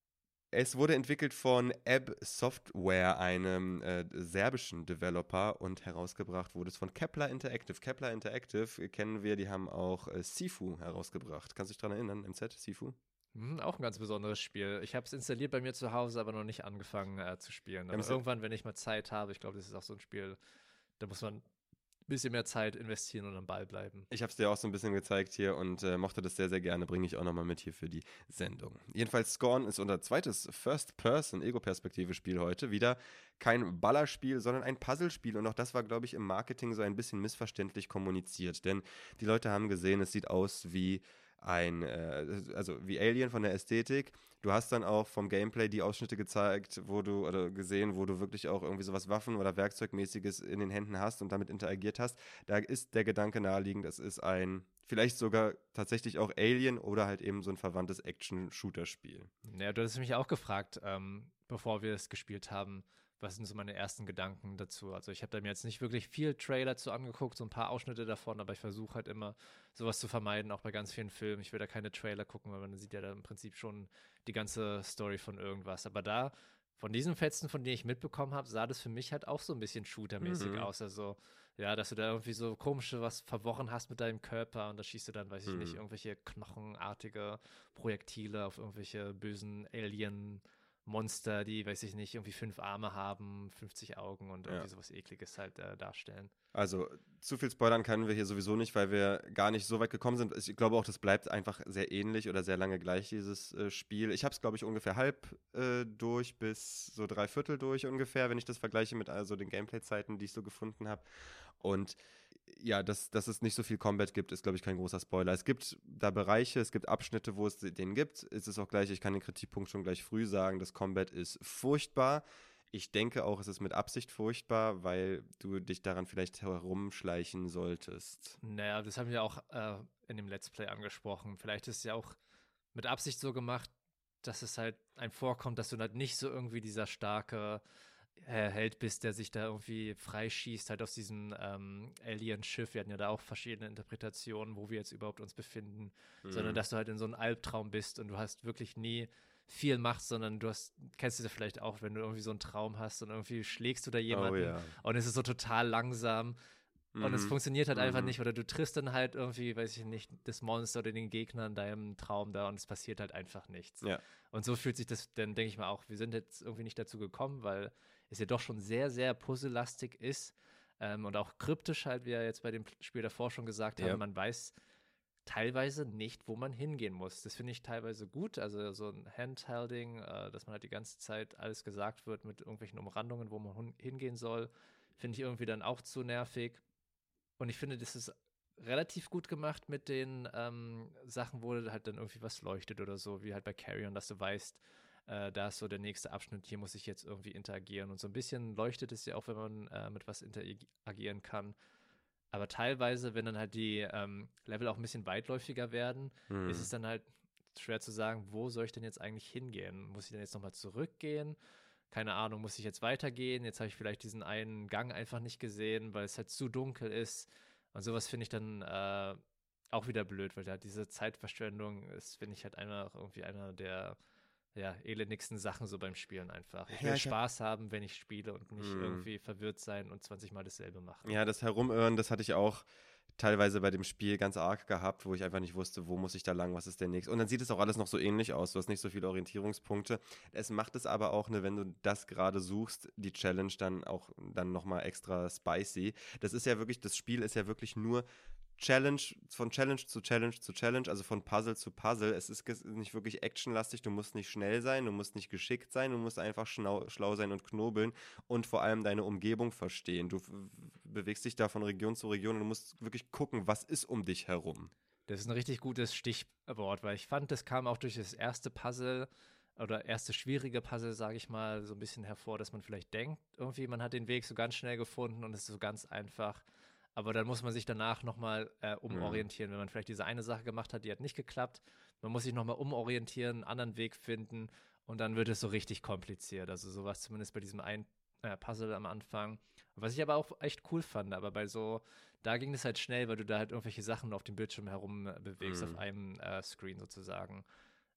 Es wurde entwickelt von Ebb Software, einem äh, serbischen Developer, und herausgebracht wurde es von Kepler Interactive. Kepler Interactive kennen wir, die haben auch äh, Sifu herausgebracht. Kannst du dich daran erinnern, M Z, Sifu? Mhm, auch ein ganz besonderes Spiel. Ich habe es installiert bei mir zu Hause, aber noch nicht angefangen äh, zu spielen. Aber Ja, irgendwann, wenn ich mal Zeit habe, ich glaube, das ist auch so ein Spiel, da muss man ein bisschen mehr Zeit investieren und am Ball bleiben. ich habe es dir auch so ein bisschen gezeigt hier und äh, mochte das sehr, sehr gerne. Bringe ich auch nochmal mit hier für die Sendung. Jedenfalls Scorn ist unser zweites First-Person-Ego-Perspektive-Spiel heute. Wieder kein Ballerspiel, sondern ein Puzzlespiel. Und auch das war, glaube ich, im Marketing so ein bisschen missverständlich kommuniziert. Denn die Leute haben gesehen, es sieht aus wie ein, äh, also wie Alien von der Ästhetik. Du hast dann auch vom Gameplay die Ausschnitte gezeigt, wo du, oder gesehen, wo du wirklich auch irgendwie sowas Waffen- oder Werkzeugmäßiges in den Händen hast und damit interagiert hast. Da ist der Gedanke naheliegend, es ist ein, vielleicht sogar tatsächlich auch Alien oder halt eben so ein verwandtes Action-Shooter-Spiel. Ja, du hast mich auch gefragt, ähm, bevor wir es gespielt haben, was sind so meine ersten Gedanken dazu? Also ich habe da mir jetzt nicht wirklich viel Trailer zu angeguckt, so ein paar Ausschnitte davon, aber ich versuche halt immer sowas zu vermeiden, auch bei ganz vielen Filmen. Ich will da keine Trailer gucken, weil man sieht ja da im Prinzip schon die ganze Story von irgendwas. Aber da, von diesen Fetzen, von denen ich mitbekommen habe, sah das für mich halt auch so ein bisschen shootermäßig Mhm. aus. Also ja, dass du da irgendwie so komische was verworren hast mit deinem Körper und da schießt du dann, weiß ich Mhm. nicht, irgendwelche knochenartige Projektile auf irgendwelche bösen Alien- Monster, die, weiß ich nicht, irgendwie fünf Arme haben, fünfzig Augen und irgendwie Ja. sowas Ekliges halt äh, darstellen. Also zu viel spoilern können wir hier sowieso nicht, weil wir gar nicht so weit gekommen sind. Ich glaube auch, das bleibt einfach sehr ähnlich oder sehr lange gleich, dieses äh, Spiel. Ich habe es, glaube ich, ungefähr halb äh, durch bis so drei Viertel durch ungefähr, wenn ich das vergleiche mit also den Gameplay-Zeiten, die ich so gefunden habe. Und ja, dass, dass es nicht so viel Combat gibt, ist, glaube ich, kein großer Spoiler. Es gibt da Bereiche, es gibt Abschnitte, wo es den gibt. Es ist auch gleich, ich kann den Kritikpunkt schon gleich früh sagen, das Combat ist furchtbar. Ich denke auch, es ist mit Absicht furchtbar, weil du dich daran vielleicht herumschleichen solltest. Naja, das haben wir auch äh, in dem Let's Play angesprochen. Vielleicht ist es ja auch mit Absicht so gemacht, dass es halt einem vorkommt, dass du halt nicht so irgendwie dieser starke äh, Held bist, der sich da irgendwie freischießt, halt aus diesem ähm, Alien-Schiff. Wir hatten ja da auch verschiedene Interpretationen, wo wir jetzt überhaupt uns befinden, Mhm. sondern dass du halt in so einem Albtraum bist und du hast wirklich nie viel Macht, sondern du hast, kennst du das vielleicht auch, wenn du irgendwie so einen Traum hast und irgendwie schlägst du da Oh jemanden ja. und es ist so total langsam und es Mhm. funktioniert halt einfach Mhm. nicht oder du triffst dann halt irgendwie, weiß ich nicht, das Monster oder den Gegner in deinem Traum da und es passiert halt einfach nichts. Ja. Und so fühlt sich das, dann denke ich mal auch, wir sind jetzt irgendwie nicht dazu gekommen, weil es ja doch schon sehr, sehr puzzlelastig ist ähm, und auch kryptisch halt, wie wir jetzt bei dem Spiel davor schon gesagt haben, Ja. man weiß teilweise nicht, wo man hingehen muss. Das finde ich teilweise gut, also so ein Handholding, äh, dass man halt die ganze Zeit alles gesagt wird mit irgendwelchen Umrandungen, wo man hingehen soll, finde ich irgendwie dann auch zu nervig. Und ich finde, das ist relativ gut gemacht mit den ähm, Sachen, wo halt dann irgendwie was leuchtet oder so, wie halt bei Carrion, dass du weißt, äh, da ist so der nächste Abschnitt, hier muss ich jetzt irgendwie interagieren. Und so ein bisschen leuchtet es ja auch, wenn man äh, mit was interagieren kann. Aber teilweise, wenn dann halt die ähm, Level auch ein bisschen weitläufiger werden, Mhm. ist es dann halt schwer zu sagen, wo soll ich denn jetzt eigentlich hingehen? Muss ich denn jetzt nochmal zurückgehen? Keine Ahnung, muss ich jetzt weitergehen? Jetzt habe ich vielleicht diesen einen Gang einfach nicht gesehen, weil es halt zu dunkel ist. Und sowas finde ich dann äh, auch wieder blöd, weil da diese Zeitverschwendung ist, finde ich halt einfach irgendwie einer der ja, elendigsten Sachen so beim Spielen einfach. Ich will Ja, ich hab, Spaß haben, wenn ich spiele und nicht Mhm. irgendwie verwirrt sein und zwanzig Mal dasselbe machen. Ja, das Herumirren, das hatte ich auch teilweise bei dem Spiel ganz arg gehabt, wo ich einfach nicht wusste, wo muss ich da lang, was ist der nächste. Und dann sieht es auch alles noch so ähnlich aus. Du hast nicht so viele Orientierungspunkte. Es macht es aber auch, ne, wenn du das gerade suchst, die Challenge dann auch dann nochmal extra spicy. Das ist ja wirklich, das Spiel ist ja wirklich nur Challenge, von Challenge zu Challenge zu Challenge, also von Puzzle zu Puzzle. Es ist ges- nicht wirklich actionlastig, du musst nicht schnell sein, du musst nicht geschickt sein, du musst einfach schnau, schlau sein und knobeln und vor allem deine Umgebung verstehen. Du f- bewegst dich da von Region zu Region und du musst wirklich gucken, was ist um dich herum. Das ist ein richtig gutes Stichwort, weil ich fand, das kam auch durch das erste Puzzle oder erste schwierige Puzzle, sage ich mal, so ein bisschen hervor, dass man vielleicht denkt, irgendwie man hat den Weg so ganz schnell gefunden und es ist so ganz einfach. Aber dann muss man sich danach nochmal äh, umorientieren, wenn man vielleicht diese eine Sache gemacht hat, die hat nicht geklappt. Man muss sich nochmal umorientieren, einen anderen Weg finden und dann wird es so richtig kompliziert. Also sowas zumindest bei diesem einen äh, Puzzle am Anfang. Was ich aber auch echt cool fand, aber bei so, da ging es halt schnell, weil du da halt irgendwelche Sachen auf dem Bildschirm herum äh, bewegst, Mhm. auf einem äh, Screen sozusagen.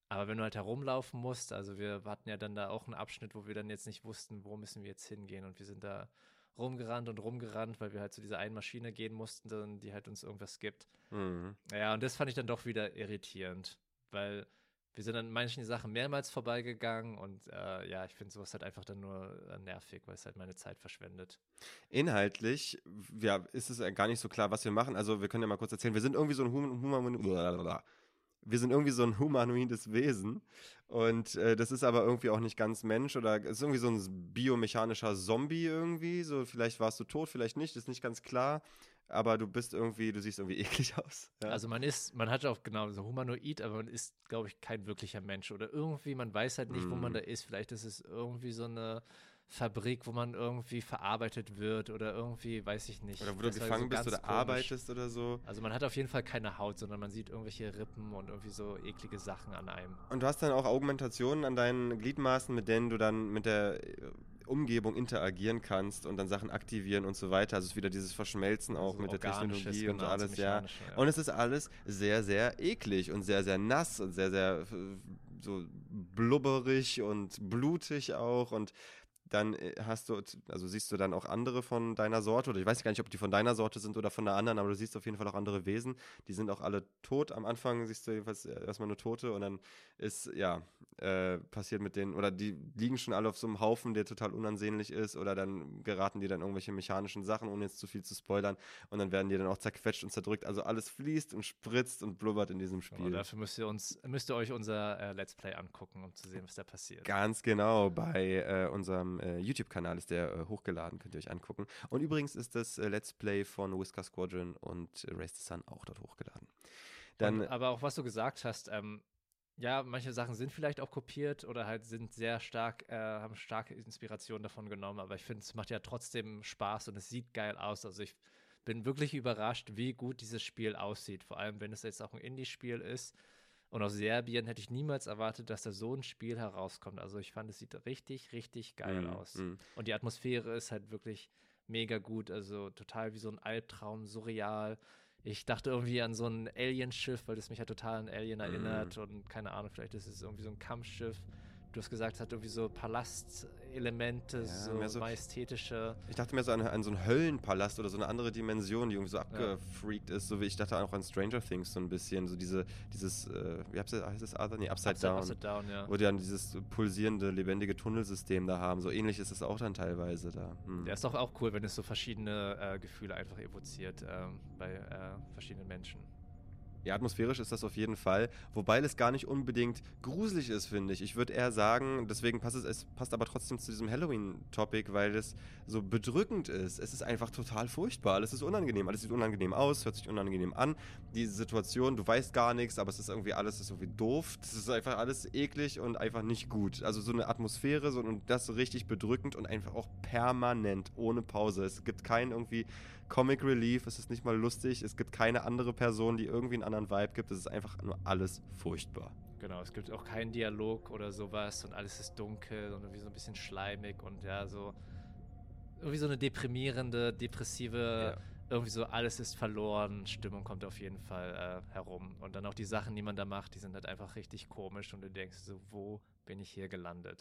Aber wenn du halt herumlaufen musst, also wir hatten ja dann da auch einen Abschnitt, wo wir dann jetzt nicht wussten, wo müssen wir jetzt hingehen. Und wir sind da rumgerannt und rumgerannt, weil wir halt zu dieser einen Maschine gehen mussten, die halt uns irgendwas gibt. Mhm. Ja, und das fand ich dann doch wieder irritierend, weil wir sind an manchen Sachen mehrmals vorbeigegangen und äh, ja, ich finde sowas halt einfach dann nur äh, nervig, weil es halt meine Zeit verschwendet. Inhaltlich, ja, ist es ja gar nicht so klar, was wir machen. Also wir können ja mal kurz erzählen, wir sind irgendwie so ein hum hum wir sind irgendwie so ein humanoides Wesen und äh, das ist aber irgendwie auch nicht ganz Mensch oder es ist irgendwie so ein biomechanischer Zombie irgendwie, so vielleicht warst du tot, vielleicht nicht, ist nicht ganz klar, aber du bist irgendwie, du siehst irgendwie eklig aus. Ja? Also man ist, man hat auch genau so humanoid, aber man ist, glaube ich, kein wirklicher Mensch oder irgendwie, man weiß halt nicht, wo man Mm. da ist. Vielleicht ist es irgendwie so eine Fabrik, wo man irgendwie verarbeitet wird oder irgendwie, weiß ich nicht. Oder wo du Das war gefangen so bist ganz oder komisch. arbeitest oder so. Also man hat auf jeden Fall keine Haut, sondern man sieht irgendwelche Rippen und irgendwie so eklige Sachen an einem. Und du hast dann auch Augmentationen an deinen Gliedmaßen, mit denen du dann mit der äh, Umgebung interagieren kannst und dann Sachen aktivieren und so weiter. Also es ist wieder dieses Verschmelzen auch Also mit der organisches, Technologie und so genau, alles, so ja. mechanische, ja. Und es ist alles sehr, sehr eklig und sehr, sehr nass und sehr, sehr äh, so blubberig und blutig auch und dann äh, hast du, also siehst du dann auch andere von deiner Sorte, oder ich weiß gar nicht, ob die von deiner Sorte sind oder von einer anderen, aber du siehst auf jeden Fall auch andere Wesen, die sind auch alle tot. Am Anfang siehst du jedenfalls erstmal eine Tote und dann ist, ja, äh, passiert mit denen, oder die liegen schon alle auf so einem Haufen, der total unansehnlich ist, oder dann geraten die dann irgendwelche mechanischen Sachen, ohne jetzt zu viel zu spoilern, und dann werden die dann auch zerquetscht und zerdrückt. Also alles fließt und spritzt und blubbert in diesem Spiel. Und dafür müsst ihr uns, müsst ihr euch unser äh, Let's Play angucken, um zu sehen, was da passiert. Ganz genau, bei äh, unserem äh, YouTube-Kanal ist der äh, hochgeladen, könnt ihr euch angucken. Und übrigens ist das äh, Let's Play von Whisker Squadron und äh, Race the Sun auch dort hochgeladen. Dann, Und, aber auch was du gesagt hast, ähm, ja, manche Sachen sind vielleicht auch kopiert oder halt sind sehr stark, äh, haben starke Inspiration davon genommen, aber ich finde, es macht ja trotzdem Spaß und es sieht geil aus. Also ich bin wirklich überrascht, wie gut dieses Spiel aussieht, vor allem wenn es jetzt auch ein Indie-Spiel ist. Und aus Serbien hätte ich niemals erwartet, dass da so ein Spiel herauskommt. Also ich fand, es sieht richtig, richtig geil Mm, aus. mm. Und die Atmosphäre ist halt wirklich mega gut. Also total wie so ein Albtraum, surreal. Ich dachte irgendwie an so ein Alien-Schiff, weil das mich halt total an Alien erinnert. Und keine Ahnung, vielleicht ist es irgendwie so ein Kampfschiff. Du hast gesagt, es hat irgendwie so Palastelemente, Ja, so, mehr so- majestätische. Ich dachte mir so an, an so einen Höllenpalast oder so eine andere Dimension, die irgendwie so abgefreakt ist, so wie ich dachte auch an Stranger Things so ein bisschen, so diese, dieses, äh, wie heißt das, heißt das Other? Nee, Upside, Down. Upside Down, ja. Wo die dann dieses pulsierende, lebendige Tunnelsystem da haben. So ähnlich ist es auch dann teilweise da. Hm. Der ist doch auch cool, wenn es so verschiedene äh, Gefühle einfach evoziert ähm, bei äh, verschiedenen Menschen. Ja, atmosphärisch ist das auf jeden Fall, wobei es gar nicht unbedingt gruselig ist, finde ich. Ich würde eher sagen, deswegen passt es, es passt aber trotzdem zu diesem Halloween-Topic, weil es so bedrückend ist. Es ist einfach total furchtbar, alles ist unangenehm, alles sieht unangenehm aus, hört sich unangenehm an. Diese Situation, du weißt gar nichts, aber es ist irgendwie alles ist irgendwie doof. Es ist einfach alles eklig und einfach nicht gut. Also so eine Atmosphäre so, und das so richtig bedrückend und einfach auch permanent, ohne Pause. Es gibt keinen irgendwie Comic Relief, es ist nicht mal lustig, es gibt keine andere Person, die irgendwie einen anderen Vibe gibt, es ist einfach nur alles furchtbar. Genau, es gibt auch keinen Dialog oder sowas und alles ist dunkel und irgendwie so ein bisschen schleimig und ja, so irgendwie so eine deprimierende, depressive, Ja. irgendwie so alles ist verloren, Stimmung kommt auf jeden Fall äh, herum. Und dann auch die Sachen, die man da macht, die sind halt einfach richtig komisch und du denkst so, wo bin ich hier gelandet?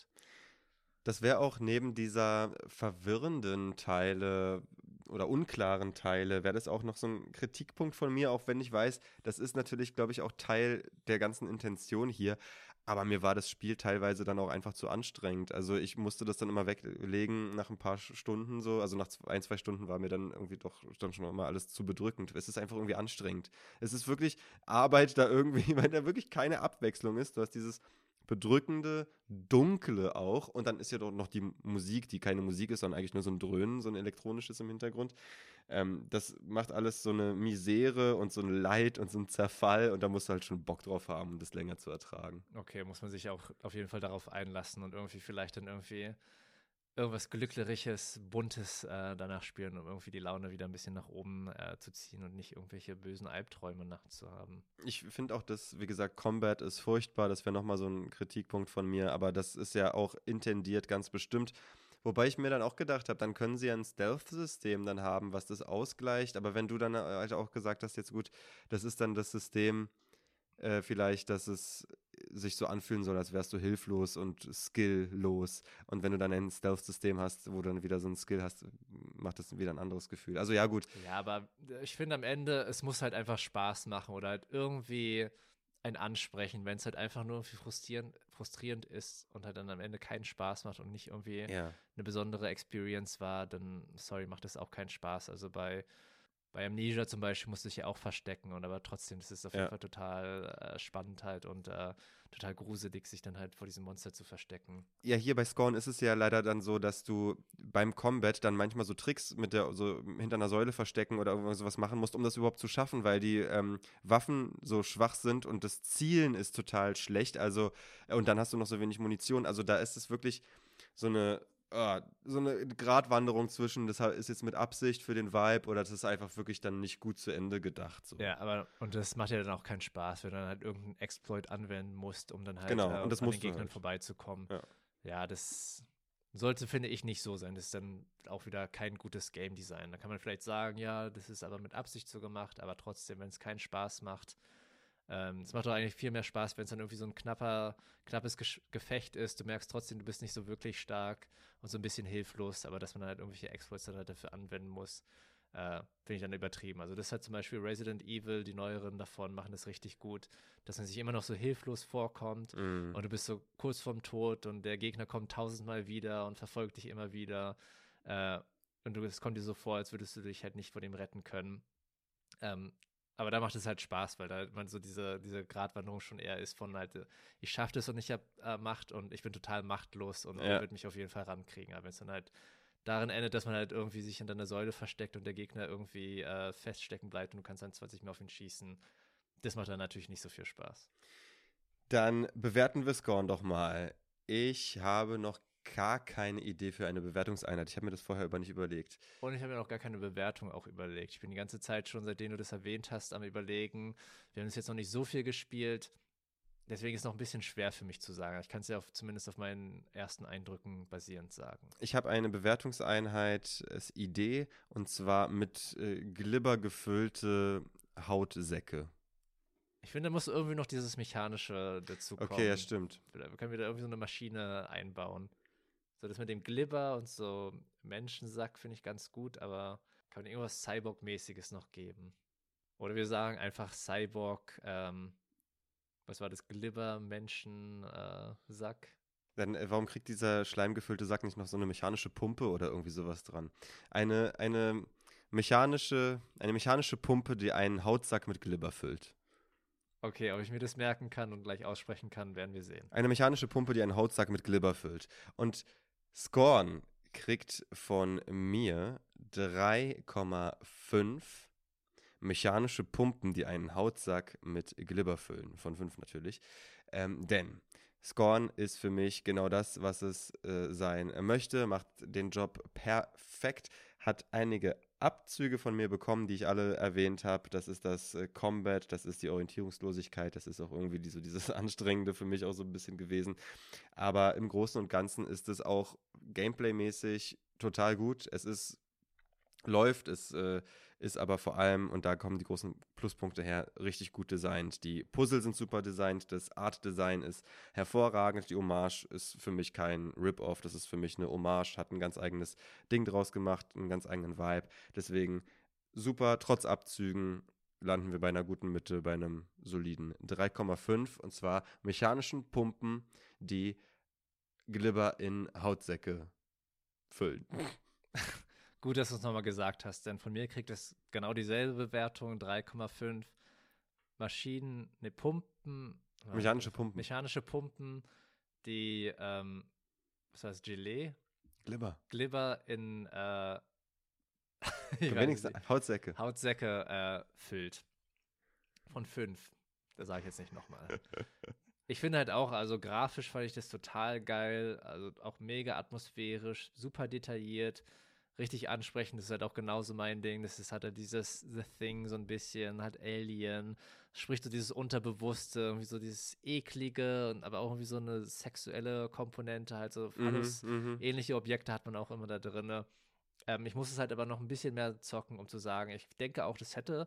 Das wäre auch neben dieser verwirrenden Teile oder unklaren Teile, wäre das auch noch so ein Kritikpunkt von mir, auch wenn ich weiß, das ist natürlich, glaube ich, auch Teil der ganzen Intention hier. Aber mir war das Spiel teilweise dann auch einfach zu anstrengend. Also ich musste das dann immer weglegen nach ein paar Stunden so. Also nach ein, zwei Stunden war mir dann irgendwie doch dann schon immer alles zu bedrückend. Es ist einfach irgendwie anstrengend. Es ist wirklich Arbeit da irgendwie, weil da wirklich keine Abwechslung ist. Du hast dieses bedrückende, dunkle auch. Und dann ist ja doch noch die Musik, die keine Musik ist, sondern eigentlich nur so ein Dröhnen, so ein elektronisches im Hintergrund. Ähm, das macht alles so eine Misere und so ein Leid und so ein Zerfall. Und da musst du halt schon Bock drauf haben, um das länger zu ertragen. Okay, muss man sich auch auf jeden Fall darauf einlassen und irgendwie vielleicht dann irgendwie irgendwas Glückliches, Buntes äh, danach spielen, um irgendwie die Laune wieder ein bisschen nach oben äh, zu ziehen und nicht irgendwelche bösen Albträume nachts zu haben. Ich finde auch, dass, wie gesagt, Combat ist furchtbar. Das wäre nochmal so ein Kritikpunkt von mir. Aber das ist ja auch intendiert ganz bestimmt. Wobei ich mir dann auch gedacht habe, dann können sie ja ein Stealth-System dann haben, was das ausgleicht. Aber wenn du dann halt auch gesagt hast, jetzt gut, das ist dann das System, äh, vielleicht, dass es sich so anfühlen soll, als wärst du hilflos und skilllos. Und wenn du dann ein Stealth-System hast, wo du dann wieder so ein Skill hast, macht das wieder ein anderes Gefühl. Also ja, gut. Ja, aber ich finde am Ende, es muss halt einfach Spaß machen oder halt irgendwie ein Ansprechen, wenn es halt einfach nur irgendwie frustrierend, frustrierend ist und halt dann am Ende keinen Spaß macht und nicht irgendwie Ja. eine besondere Experience war, dann, sorry, macht das auch keinen Spaß. Also bei, bei Amnesia zum Beispiel musste ich ja auch verstecken und aber trotzdem, das ist auf jeden Ja. Fall total äh, spannend halt und äh, total gruselig, sich dann halt vor diesem Monster zu verstecken. Ja, hier bei Scorn ist es ja leider dann so, dass du beim Combat dann manchmal so Tricks mit der, so hinter einer Säule verstecken oder irgendwas sowas machen musst, um das überhaupt zu schaffen, weil die ähm, Waffen so schwach sind und das Zielen ist total schlecht. Also, äh, und dann hast du noch so wenig Munition. Also da ist es wirklich so eine, ah, so eine Gratwanderung zwischen, das ist jetzt mit Absicht für den Vibe oder das ist einfach wirklich dann nicht gut zu Ende gedacht. So. Ja, aber und das macht ja dann auch keinen Spaß, wenn du dann halt irgendeinen Exploit anwenden musst, um dann halt Genau, äh, und das an den musst du Gegnern halt. vorbeizukommen. Ja. Ja, das sollte, finde ich, nicht so sein. Das ist dann auch wieder kein gutes Game Design. Da kann man vielleicht sagen, ja, das ist aber mit Absicht so gemacht, aber trotzdem, wenn es keinen Spaß macht, ähm, es macht doch eigentlich viel mehr Spaß, wenn es dann irgendwie so ein knapper, knappes Gesch- Gefecht ist. Du merkst trotzdem, du bist nicht so wirklich stark und so ein bisschen hilflos, aber dass man halt irgendwelche Exploits dann halt dafür anwenden muss, äh, finde ich dann übertrieben. Also das hat zum Beispiel Resident Evil, die neueren davon, machen das richtig gut, dass man sich immer noch so hilflos vorkommt Mm. und du bist so kurz vorm Tod und der Gegner kommt tausendmal wieder und verfolgt dich immer wieder. Äh, und du, es kommt dir so vor, als würdest du dich halt nicht vor dem retten können. Ähm, aber da macht es halt Spaß, weil da man so diese, diese Gratwanderung schon eher ist von halt, äh, ich schaffe das und ich habe äh, Macht und ich bin total machtlos und Ja. der wird mich auf jeden Fall rankriegen. Aber wenn es dann halt darin endet, dass man halt irgendwie sich hinter einer Säule versteckt und der Gegner irgendwie äh, feststecken bleibt und du kannst dann zwanzig Mal auf ihn schießen, das macht dann natürlich nicht so viel Spaß. Dann bewerten wir Scorn doch mal. Ich habe noch gar keine Idee für eine Bewertungseinheit. Ich habe mir das vorher aber nicht überlegt. Und ich habe mir noch gar keine Bewertung auch überlegt. Ich bin die ganze Zeit schon, seitdem du das erwähnt hast, am Überlegen. Wir haben es jetzt noch nicht so viel gespielt. Deswegen ist es noch ein bisschen schwer für mich zu sagen. Ich kann es ja auf, zumindest auf meinen ersten Eindrücken basierend sagen. Ich habe eine Bewertungseinheit, ist Idee, und zwar mit äh, Glibber gefüllte Hautsäcke. Ich finde, da muss irgendwie noch dieses Mechanische dazu kommen. Okay, ja, stimmt. Vielleicht können wir da irgendwie so eine Maschine einbauen. So das mit dem Glibber und so Menschensack finde ich ganz gut, aber kann man irgendwas Cyborg-mäßiges noch geben? Oder wir sagen einfach Cyborg, ähm, was war das? Glibber, Menschensack? Dann, äh, warum kriegt dieser schleimgefüllte Sack nicht noch so eine mechanische Pumpe oder irgendwie sowas dran? Eine, eine mechanische, eine mechanische Pumpe, die einen Hautsack mit Glibber füllt. Okay, ob ich mir das merken kann und gleich aussprechen kann, werden wir sehen. Eine mechanische Pumpe, die einen Hautsack mit Glibber füllt. Und Scorn kriegt von mir drei Komma fünf mechanische Pumpen, die einen Hautsack mit Glibber füllen. Von fünf natürlich. Ähm, denn Scorn ist für mich genau das, was es äh, sein möchte, macht den Job perfekt, hat einige Abzüge von mir bekommen, die ich alle erwähnt habe. Das ist das äh, Combat, das ist die Orientierungslosigkeit, das ist auch irgendwie die, so dieses Anstrengende für mich auch so ein bisschen gewesen. Aber im Großen und Ganzen ist es auch Gameplay-mäßig total gut. Es ist läuft, es äh, ist aber vor allem, und da kommen die großen Pluspunkte her, richtig gut designt. Die Puzzle sind super designt, das Art-Design ist hervorragend, die Hommage ist für mich kein Rip-Off, das ist für mich eine Hommage, hat ein ganz eigenes Ding draus gemacht, einen ganz eigenen Vibe. Deswegen super, trotz Abzügen landen wir bei einer guten Mitte, bei einem soliden drei Komma fünf, und zwar mechanischen Pumpen, die Glibber in Hautsäcke füllen. Gut, dass du es nochmal gesagt hast, denn von mir kriegt es genau dieselbe Bewertung, drei Komma fünf. Maschinen, ne, Pumpen. Mechanische Pumpen. Mechanische Pumpen, die, ähm, was heißt Gelee? Glibber. Glibber in, äh, Du wenigstens Hautsäcke. Hautsäcke äh, füllt. Von fünf. Das sage ich jetzt nicht nochmal. Ich finde halt auch, also grafisch fand ich das total geil, also auch mega atmosphärisch, super detailliert, richtig ansprechend. Das ist halt auch genauso mein Ding. Das ist halt dieses The Thing so ein bisschen, halt Alien, spricht so dieses Unterbewusste, irgendwie so dieses Eklige, und aber auch irgendwie so eine sexuelle Komponente, halt so alles Mhm, ähnliche Objekte hat man auch immer da drin. Ähm, ich muss es halt aber noch ein bisschen mehr zocken, um zu sagen, ich denke auch, das hätte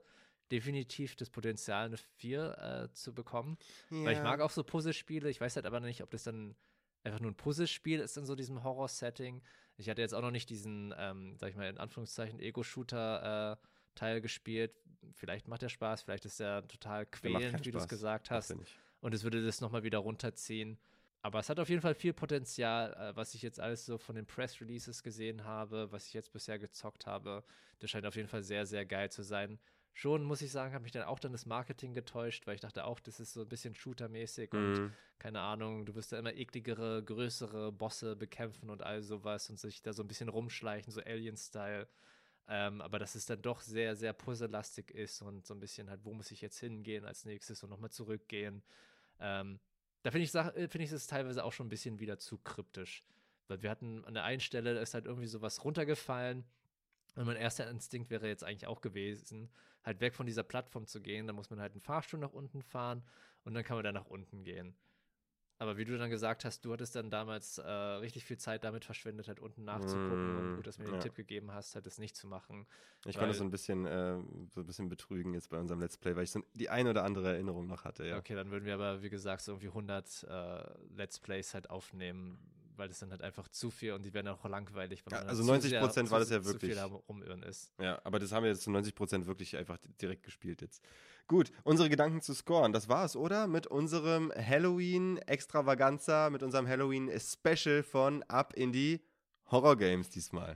definitiv das Potenzial, eine vier äh, zu bekommen. Ja. Weil ich mag auch so Puzzlespiele. Ich weiß halt aber nicht, ob das dann einfach nur ein Puzzlespiel ist in so diesem Horror-Setting. Ich hatte jetzt auch noch nicht diesen, ähm, sag ich mal, in Anführungszeichen Ego-Shooter-Teil äh, gespielt. Vielleicht macht der Spaß, vielleicht ist der total quälend, wie du es gesagt hast. Und es würde das nochmal wieder runterziehen. Aber es hat auf jeden Fall viel Potenzial, äh, was ich jetzt alles so von den Press-Releases gesehen habe, was ich jetzt bisher gezockt habe. Das scheint auf jeden Fall sehr, sehr geil zu sein. Schon, muss ich sagen, hat mich dann auch dann das Marketing getäuscht, weil ich dachte auch, das ist so ein bisschen Shooter-mäßig Mhm. und keine Ahnung, du wirst da immer ekligere, größere Bosse bekämpfen und all sowas und sich da so ein bisschen rumschleichen, so Alien-Style. Ähm, aber dass es dann doch sehr, sehr puzzlelastig ist und so ein bisschen halt, wo muss ich jetzt hingehen als nächstes und nochmal zurückgehen. Ähm, da finde ich, find ich es teilweise auch schon ein bisschen wieder zu kryptisch. Weil wir hatten an der einen Stelle, da ist halt irgendwie sowas runtergefallen und mein erster Instinkt wäre jetzt eigentlich auch gewesen, halt weg von dieser Plattform zu gehen. Da muss man halt einen Fahrstuhl nach unten fahren und dann kann man da nach unten gehen. Aber wie du dann gesagt hast, du hattest dann damals äh, richtig viel Zeit damit verschwendet, halt unten nachzugucken. Mm, und gut, dass du mir ja. den Tipp gegeben hast, halt das nicht zu machen. Ich konnte so ein bisschen äh, so ein bisschen betrügen jetzt bei unserem Let's Play, weil ich so die eine oder andere Erinnerung noch hatte, ja. Okay, dann würden wir aber, wie gesagt, so irgendwie hundert äh, Let's Plays halt aufnehmen, weil das dann halt einfach zu viel und die werden auch langweilig. Weil ja, man also neunzig Prozent sehr, war das zu, ja wirklich. Zu viel rumirren ist. Ja, aber das haben wir jetzt zu neunzig Prozent wirklich einfach direkt gespielt jetzt. Gut, unsere Gedanken zu scoren, das war's, oder? Mit unserem Halloween-Extravaganza, mit unserem Halloween-Special von Up in die Horror Games diesmal.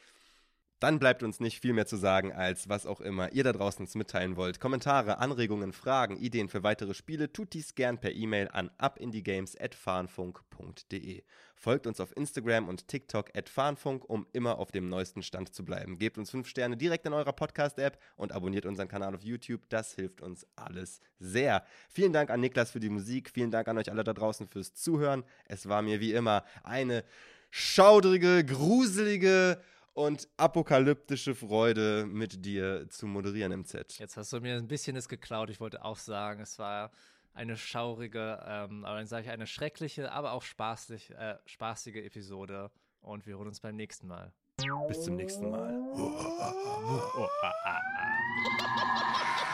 Dann bleibt uns nicht viel mehr zu sagen, als was auch immer ihr da draußen uns mitteilen wollt. Kommentare, Anregungen, Fragen, Ideen für weitere Spiele, tut dies gern per E-Mail an upindiegames at farnfunk punkt de. Folgt uns auf Instagram und TikTok at farnfunk, um immer auf dem neuesten Stand zu bleiben. Gebt uns fünf Sterne direkt in eurer Podcast-App und abonniert unseren Kanal auf YouTube. Das hilft uns alles sehr. Vielen Dank an Niklas für die Musik. Vielen Dank an euch alle da draußen fürs Zuhören. Es war mir wie immer eine schaudrige, gruselige und apokalyptische Freude, mit dir zu moderieren im Z. Jetzt hast du mir ein bisschen es geklaut. Ich wollte auch sagen, es war eine schaurige, ähm, aber dann sage ich eine schreckliche, aber auch spaßlich, äh, spaßige Episode. Und wir hören uns beim nächsten Mal. Bis zum nächsten Mal.